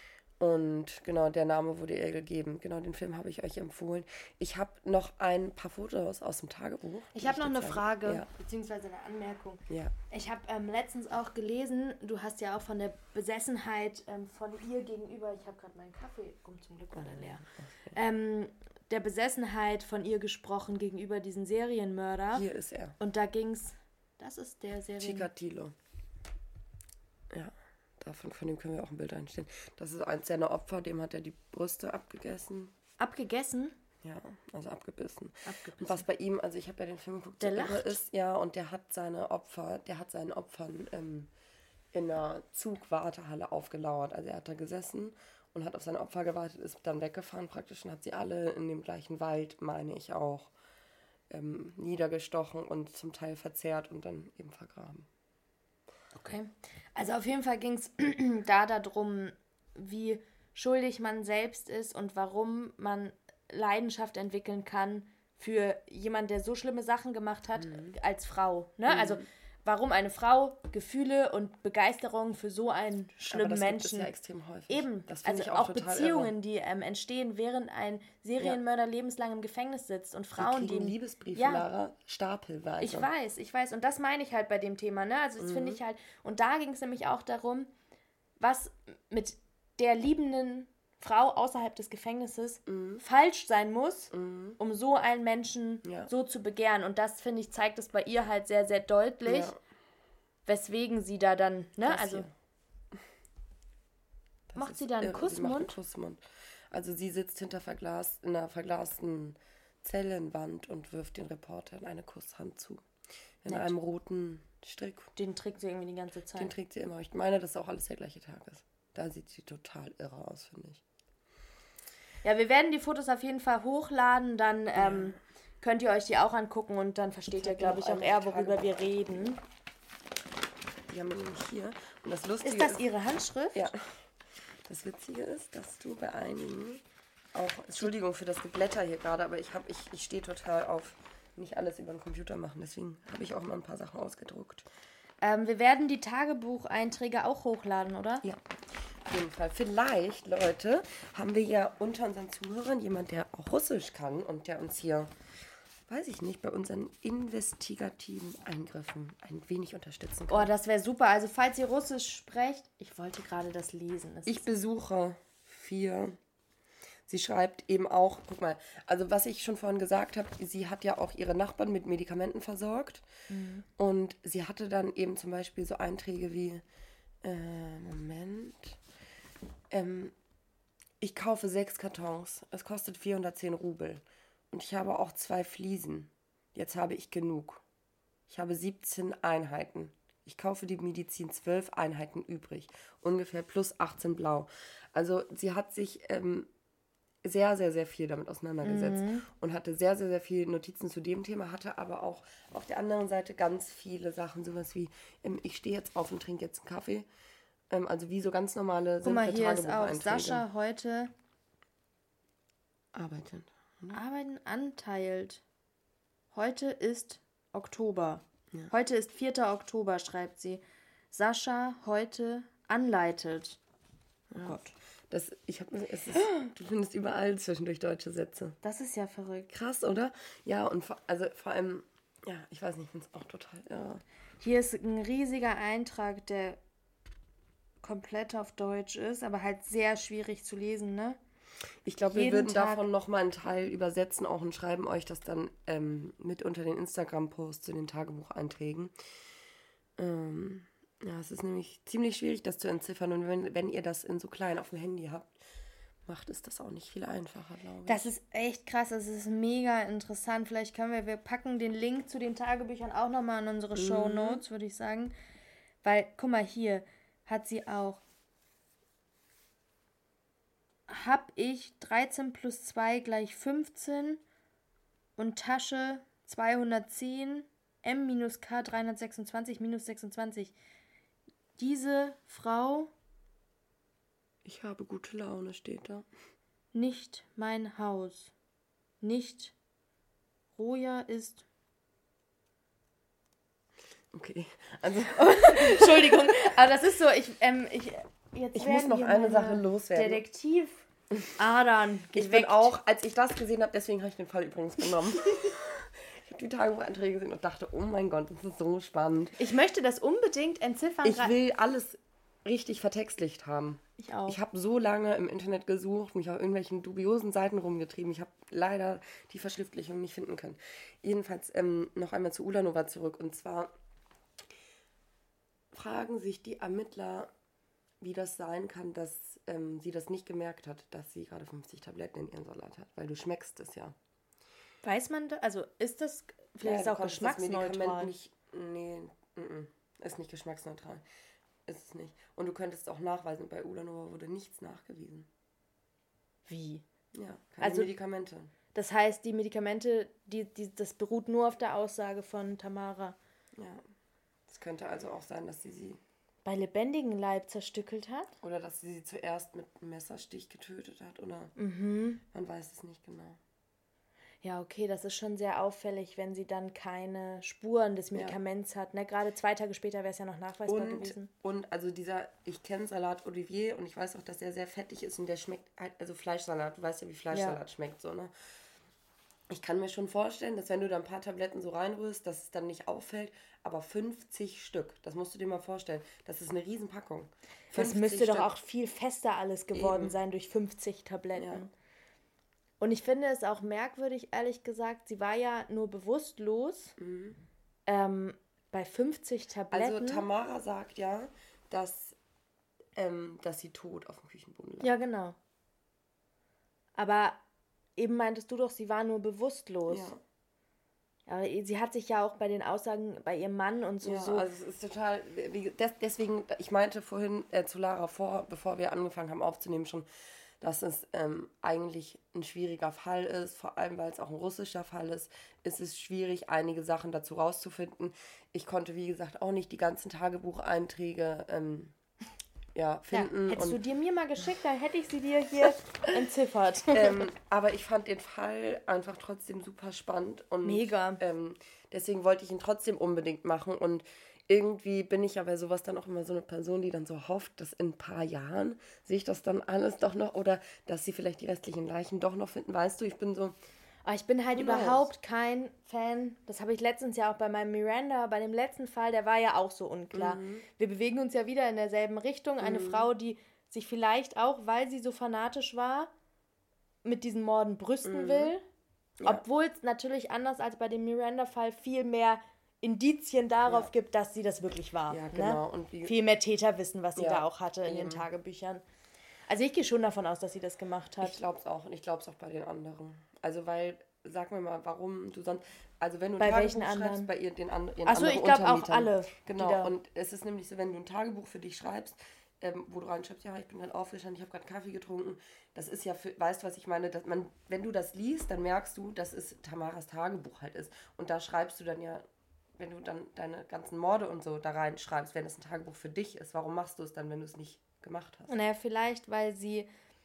Und genau, der Name wurde ihr gegeben. Genau, den Film habe ich euch empfohlen. Ich habe noch ein paar Fotos aus dem Tagebuch. Ich die habe noch dir eine zeige. Frage, Ja, beziehungsweise eine Anmerkung. ja. Ich habe ähm, letztens auch gelesen, du hast ja auch von der Besessenheit ähm, von ihr gegenüber, ich habe gerade meinen Kaffee, oh, zum Glück war der leer, ähm, der Besessenheit von ihr gesprochen gegenüber diesen Serienmörder. Hier ist er. Und da ging's, das ist der Serienmörder. Chikatilo. Ja, davon, von dem können wir auch ein Bild einstellen. Das ist eins seiner Opfer, dem hat er die Brüste abgegessen. Abgegessen? Ja, also abgebissen. Abgebissen. Und was bei ihm, also ich habe ja den Film geguckt, Der so irre lacht. ist, ja, und der hat seine Opfer, der hat seinen Opfern ähm, in einer Zugwartehalle aufgelauert. Also er hat da gesessen und hat auf seine Opfer gewartet, ist dann weggefahren praktisch und hat sie alle in dem gleichen Wald, meine ich auch, ähm, niedergestochen und zum Teil verzehrt und dann eben vergraben. Okay. Also auf jeden Fall ging es da darum, wie schuldig man selbst ist und warum man Leidenschaft entwickeln kann für jemanden, der so schlimme Sachen gemacht hat, mhm. als Frau. Ne? Mhm. Also warum eine Frau Gefühle und Begeisterung für so einen schlimmen das Menschen... Das ist ja extrem häufig. Eben, das also ich auch, auch Beziehungen, irre. die ähm, entstehen, während ein Serienmörder ja. lebenslang im Gefängnis sitzt und Frauen, die... die Liebesbriefe, ja, Lara, stapelweise. Ich weiß, ich weiß. Und das meine ich halt bei dem Thema. Ne? Also das mhm. finde ich halt... Und da ging es nämlich auch darum, was mit der liebenden Frau außerhalb des Gefängnisses mhm. falsch sein muss, mhm. um so einen Menschen ja. so zu begehren. Und das, finde ich, zeigt es bei ihr halt sehr, sehr deutlich, ja. weswegen sie da dann, ne, das also macht sie da einen irre. Kussmund? Sie macht einen Kussmund. Also sie sitzt hinter verglas, in einer verglasten Zellenwand und wirft den Reportern eine Kusshand zu. In Nett. einem roten Strick. Den trägt sie irgendwie die ganze Zeit. Den trägt sie immer. Ich meine, dass auch alles der gleiche Tag ist. Da sieht sie total irre aus, finde ich. Ja, wir werden die Fotos auf jeden Fall hochladen, dann ähm, ja. könnt ihr euch die auch angucken und dann versteht ihr, glaube ich, auch eher, worüber wir reden. Die haben wir nämlich hier. Und das Lustige ist das ist, ihre Handschrift? Ja. Das Witzige ist, dass du bei einigen auch, Entschuldigung für das Geblätter hier gerade, aber ich, hab, ich, ich stehe total auf nicht alles über den Computer machen, deswegen habe ich auch mal ein paar Sachen ausgedruckt. Ähm, wir werden die Tagebucheinträge auch hochladen, oder? Ja. Auf jeden Fall. Vielleicht, Leute, haben wir ja unter unseren Zuhörern jemand, der auch Russisch kann und der uns hier, weiß ich nicht, bei unseren investigativen Eingriffen ein wenig unterstützen kann. Oh, das wäre super. Also falls ihr Russisch sprecht, ich wollte gerade das lesen. Das ich besuche vier. Sie schreibt eben auch, guck mal, also was ich schon vorhin gesagt habe, sie hat ja auch ihre Nachbarn mit Medikamenten versorgt. Mhm. Und sie hatte dann eben zum Beispiel so Einträge wie, äh, Moment... Ähm, ich kaufe sechs Kartons. Es kostet vierhundertzehn Rubel. Und ich habe auch zwei Fliesen. Jetzt habe ich genug. Ich habe siebzehn Einheiten. Ich kaufe die Medizin zwölf Einheiten übrig. Ungefähr plus achtzehn blau. Also sie hat sich ähm, sehr, sehr, sehr viel damit auseinandergesetzt. Mhm. Und hatte sehr, sehr, sehr viele Notizen zu dem Thema. Hatte aber auch auf der anderen Seite ganz viele Sachen. Sowas wie, ähm, ich stehe jetzt auf und trinke jetzt einen Kaffee. Also wie so ganz normale Guck mal, hier ist auch Sascha heute arbeiten. Hm? Arbeiten anteilt. Heute ist Oktober. Ja. Heute ist vierter Oktober, schreibt sie. Sascha heute anleitet. Oh ja. Gott. Das, ich hab, es ist, du findest überall zwischendurch deutsche Sätze. Das ist ja verrückt. Krass, oder? Ja, und vor, also vor allem, ja, ich weiß nicht, ich finde es auch total irre. Hier ist ein riesiger Eintrag, der komplett auf Deutsch ist, aber halt sehr schwierig zu lesen, ne? Ich glaube, wir würden Tag davon nochmal einen Teil übersetzen auch und schreiben euch das dann ähm, mit unter den Instagram-Posts zu den Tagebucheinträgen. Ähm, ja, es ist nämlich ziemlich schwierig, das zu entziffern und wenn, wenn ihr das in so klein auf dem Handy habt, macht es das auch nicht viel einfacher, glaube ich. Das ist echt krass, das ist mega interessant. Vielleicht können wir, wir packen den Link zu den Tagebüchern auch nochmal in unsere mhm. Shownotes, würde ich sagen. Weil, guck mal hier, hat sie auch. Hab ich dreizehn plus zwei gleich fünfzehn und Tasche zweihundertzehn, M minus K dreihundertsechsundzwanzig minus sechsundzwanzig. Diese Frau... Ich habe gute Laune, steht da. Nicht mein Haus. Nicht. Roja ist... Okay, also... Entschuldigung, aber das ist so, ich... Ähm, ich Jetzt ich muss noch eine Sache loswerden. Detektiv-Adern geweckt. Ich bin auch, als ich das gesehen habe, deswegen habe ich den Fall übrigens genommen. Ich habe die Tagebucheinträge gesehen und dachte, oh mein Gott, das ist so spannend. Ich möchte das unbedingt entziffern. Ich will alles richtig vertextlicht haben. Ich auch. Ich habe so lange im Internet gesucht, mich auf irgendwelchen dubiosen Seiten rumgetrieben. Ich habe leider die Verschriftlichung nicht finden können. Jedenfalls ähm, noch einmal zu Ulanova zurück. Und zwar fragen sich die Ermittler, wie das sein kann, dass ähm, sie das nicht gemerkt hat, dass sie gerade fünfzig Tabletten in ihrem Salat hat, weil du schmeckst es ja. Weiß man da, also ist das vielleicht ja, ist auch geschmacksneutral? Nicht, nee, n-n, ist nicht geschmacksneutral. Ist es nicht. Und du könntest auch nachweisen, bei Ulanova wurde nichts nachgewiesen. Wie? Ja, keine Also, Medikamente. Das heißt, die Medikamente, die, die, das beruht nur auf der Aussage von Tamara. Ja. Es könnte also auch sein, dass sie sie... Bei lebendigem Leib zerstückelt hat? Oder dass sie sie zuerst mit einem Messerstich getötet hat. Oder Mhm. man weiß es nicht genau. Ja, okay, das ist schon sehr auffällig, wenn sie dann keine Spuren des Medikaments ja. hat. Ne? Gerade zwei Tage später wäre es ja noch nachweisbar und, gewesen. Und also dieser, ich kenne Salat Olivier und ich weiß auch, dass er sehr fettig ist und der schmeckt halt, also Fleischsalat, du weißt ja, wie Fleischsalat ja. schmeckt, so, ne? Ich kann mir schon vorstellen, dass wenn du da ein paar Tabletten so reinrührst, dass es dann nicht auffällt, aber fünfzig Stück, das musst du dir mal vorstellen, das ist eine Riesenpackung. Das müsste Stück. Doch auch viel fester alles geworden Eben. sein durch fünfzig Tabletten. Ja. Und ich finde es auch merkwürdig, ehrlich gesagt, sie war ja nur bewusstlos mhm. ähm, bei fünfzig Tabletten. Also Tamara sagt ja, dass, ähm, dass sie tot auf dem Küchenboden lag. Ja, genau. Aber eben meintest du doch, sie war nur bewusstlos. Ja. Aber sie hat sich ja auch bei den Aussagen bei ihrem Mann und so... Ja, so also es ist total... Wie, des, deswegen, ich meinte vorhin äh, zu Lara vor, bevor wir angefangen haben aufzunehmen schon, dass es ähm, eigentlich ein schwieriger Fall ist, vor allem weil es auch ein russischer Fall ist, ist es schwierig, einige Sachen dazu rauszufinden. Ich konnte, wie gesagt, auch nicht die ganzen Tagebucheinträge ähm, ja, finden. Ja, hättest und, du dir mir mal geschickt, dann hätte ich sie dir hier entziffert. ähm, aber ich fand den Fall einfach trotzdem super spannend. Und, Mega. Ähm, deswegen wollte ich ihn trotzdem unbedingt machen und irgendwie bin ich ja bei sowas dann auch immer so eine Person, die dann so hofft, dass in ein paar Jahren sich das dann alles doch noch, oder dass sie vielleicht die restlichen Leichen doch noch finden. Weißt du, ich bin so... Aber ich bin halt überhaupt kein Fan, das habe ich letztens ja auch bei meinem Miranda, bei dem letzten Fall, der war ja auch so unklar. Mhm. Wir bewegen uns ja wieder in derselben Richtung. Eine mhm. Frau, die sich vielleicht auch, weil sie so fanatisch war, mit diesen Morden brüsten mhm. will. Ja. Obwohl es natürlich anders als bei dem Miranda-Fall viel mehr Indizien darauf ja. gibt, dass sie das wirklich war. Ja, genau. Ne? Und wie, viel mehr Täterwissen, was sie ja, da auch hatte in eben. den Tagebüchern. Also ich gehe schon davon aus, dass sie das gemacht hat. Ich glaube es auch und ich glaube es auch bei den anderen. Also weil, sag mir mal, warum du sonst... Also wenn du ein bei Tagebuch schreibst, anderen? bei ihr, den and, ihren Achso, anderen ich glaube auch alle. Genau, und es ist nämlich so, wenn du ein Tagebuch für dich schreibst, ähm, wo du reinschreibst, ja, ich bin gerade aufgestanden, ich habe gerade Kaffee getrunken, das ist ja, für, weißt du, was ich meine, dass man, wenn du das liest, dann merkst du, dass es Tamaras Tagebuch halt ist. Und da schreibst du dann ja, wenn du dann deine ganzen Morde und so da reinschreibst, wenn es ein Tagebuch für dich ist, warum machst du es dann, wenn du es nicht gemacht hast? Naja, vielleicht, weil sie...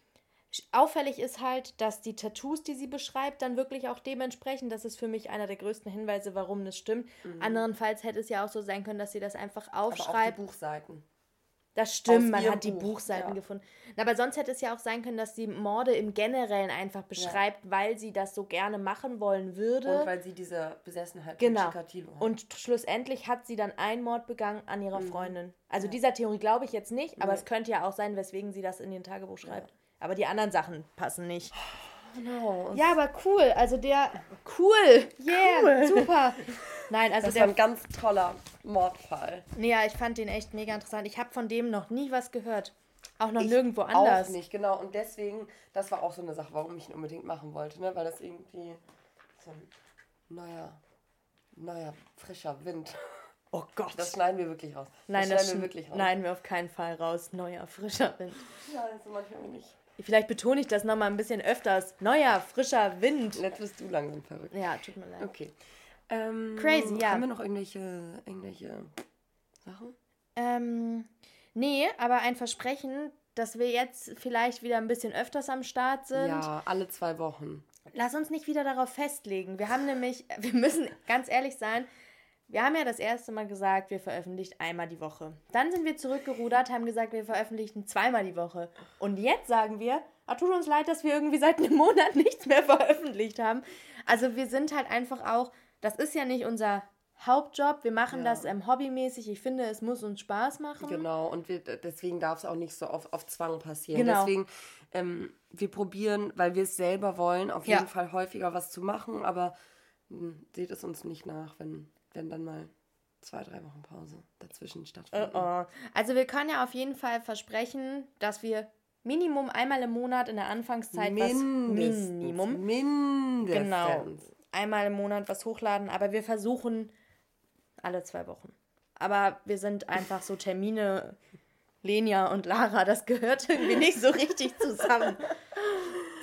Auffällig ist halt, dass die Tattoos, die sie beschreibt, dann wirklich auch dementsprechend, das ist für mich einer der größten Hinweise, warum das stimmt. Mhm. Anderenfalls hätte es ja auch so sein können, dass sie das einfach aufschreibt. Aber auch die Buchseiten. Das stimmt, man hat Buch. die Buchseiten ja. gefunden. Aber sonst hätte es ja auch sein können, dass sie Morde im Generellen einfach beschreibt, ja. weil sie das so gerne machen wollen würde. Und weil sie diese Besessenheit genau. von Chikatilo hat. Und schlussendlich hat sie dann einen Mord begangen an ihrer mhm. Freundin. Also ja. dieser Theorie glaube ich jetzt nicht, aber nee. es könnte ja auch sein, weswegen sie das in den Tagebuch schreibt. Ja. Aber die anderen Sachen passen nicht. Genau. Ja, aber cool. Also der... Cool. Yeah, cool. Super. Nein, also das der... war ein ganz toller Mordfall. Nee, ja, ich fand den echt mega interessant. Ich habe von dem noch nie was gehört. Auch noch ich nirgendwo anders. Auch nicht, genau. Und deswegen, das war auch so eine Sache, warum ich ihn unbedingt machen wollte. Ne? Weil das irgendwie so ein neuer, neuer, frischer Wind... Oh Gott. Das schneiden wir wirklich raus. Nein, das das schneiden wir wirklich raus. Schneiden wir auf keinen Fall raus. Neuer, frischer Wind. Ja, das ist manchmal nicht. Vielleicht betone ich das nochmal ein bisschen öfters. Neuer, frischer Wind. Jetzt bist du langsam verrückt. Ja, tut mir leid. Okay. Ähm, Crazy, ja. Haben wir noch irgendwelche, irgendwelche Sachen? Ähm, nee, aber ein Versprechen, dass wir jetzt vielleicht wieder ein bisschen öfters am Start sind. Ja, alle zwei Wochen. Lass uns nicht wieder darauf festlegen. Wir haben nämlich, wir müssen ganz ehrlich sein, wir haben ja das erste Mal gesagt, wir veröffentlichen einmal die Woche. Dann sind wir zurückgerudert, haben gesagt, wir veröffentlichen zweimal die Woche. Und jetzt sagen wir, ah, tut uns leid, dass wir irgendwie seit einem Monat nichts mehr veröffentlicht haben. Also wir sind halt einfach auch, das ist ja nicht unser Hauptjob, wir machen ja. das ähm, hobbymäßig. Ich finde, es muss uns Spaß machen. Genau, und wir, deswegen darf es auch nicht so auf, auf Zwang passieren. Genau. Deswegen, ähm, wir probieren, weil wir es selber wollen, auf jeden ja. Fall häufiger was zu machen, aber mh, seht es uns nicht nach, wenn... wenn dann mal zwei, drei Wochen Pause dazwischen stattfinden. Uh oh. Also wir können ja auf jeden Fall versprechen, dass wir Minimum einmal im Monat in der Anfangszeit Mindestens. was... Minimum. Mindestens. Genau. Einmal im Monat was hochladen, aber wir versuchen alle zwei Wochen. Aber wir sind einfach so Termine, Lenia und Lara, das gehört irgendwie nicht so richtig zusammen.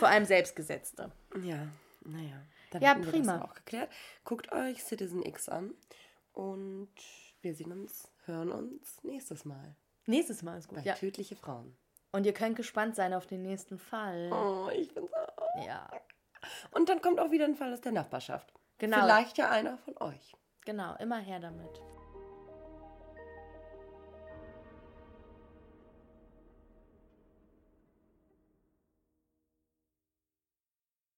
Vor allem selbstgesetzte. Ja, naja. Dann Ja, hatten wir prima. das auch geklärt. Guckt euch Citizen X an und wir sehen uns, hören uns nächstes Mal Nächstes Mal ist gut. bei Ja. Tödliche Frauen. Und ihr könnt gespannt sein auf den nächsten Fall. Oh, ich bin's auch. Ja, Und dann kommt auch wieder ein Fall aus der Nachbarschaft. genau. Vielleicht ja einer von euch. Genau, immer her damit.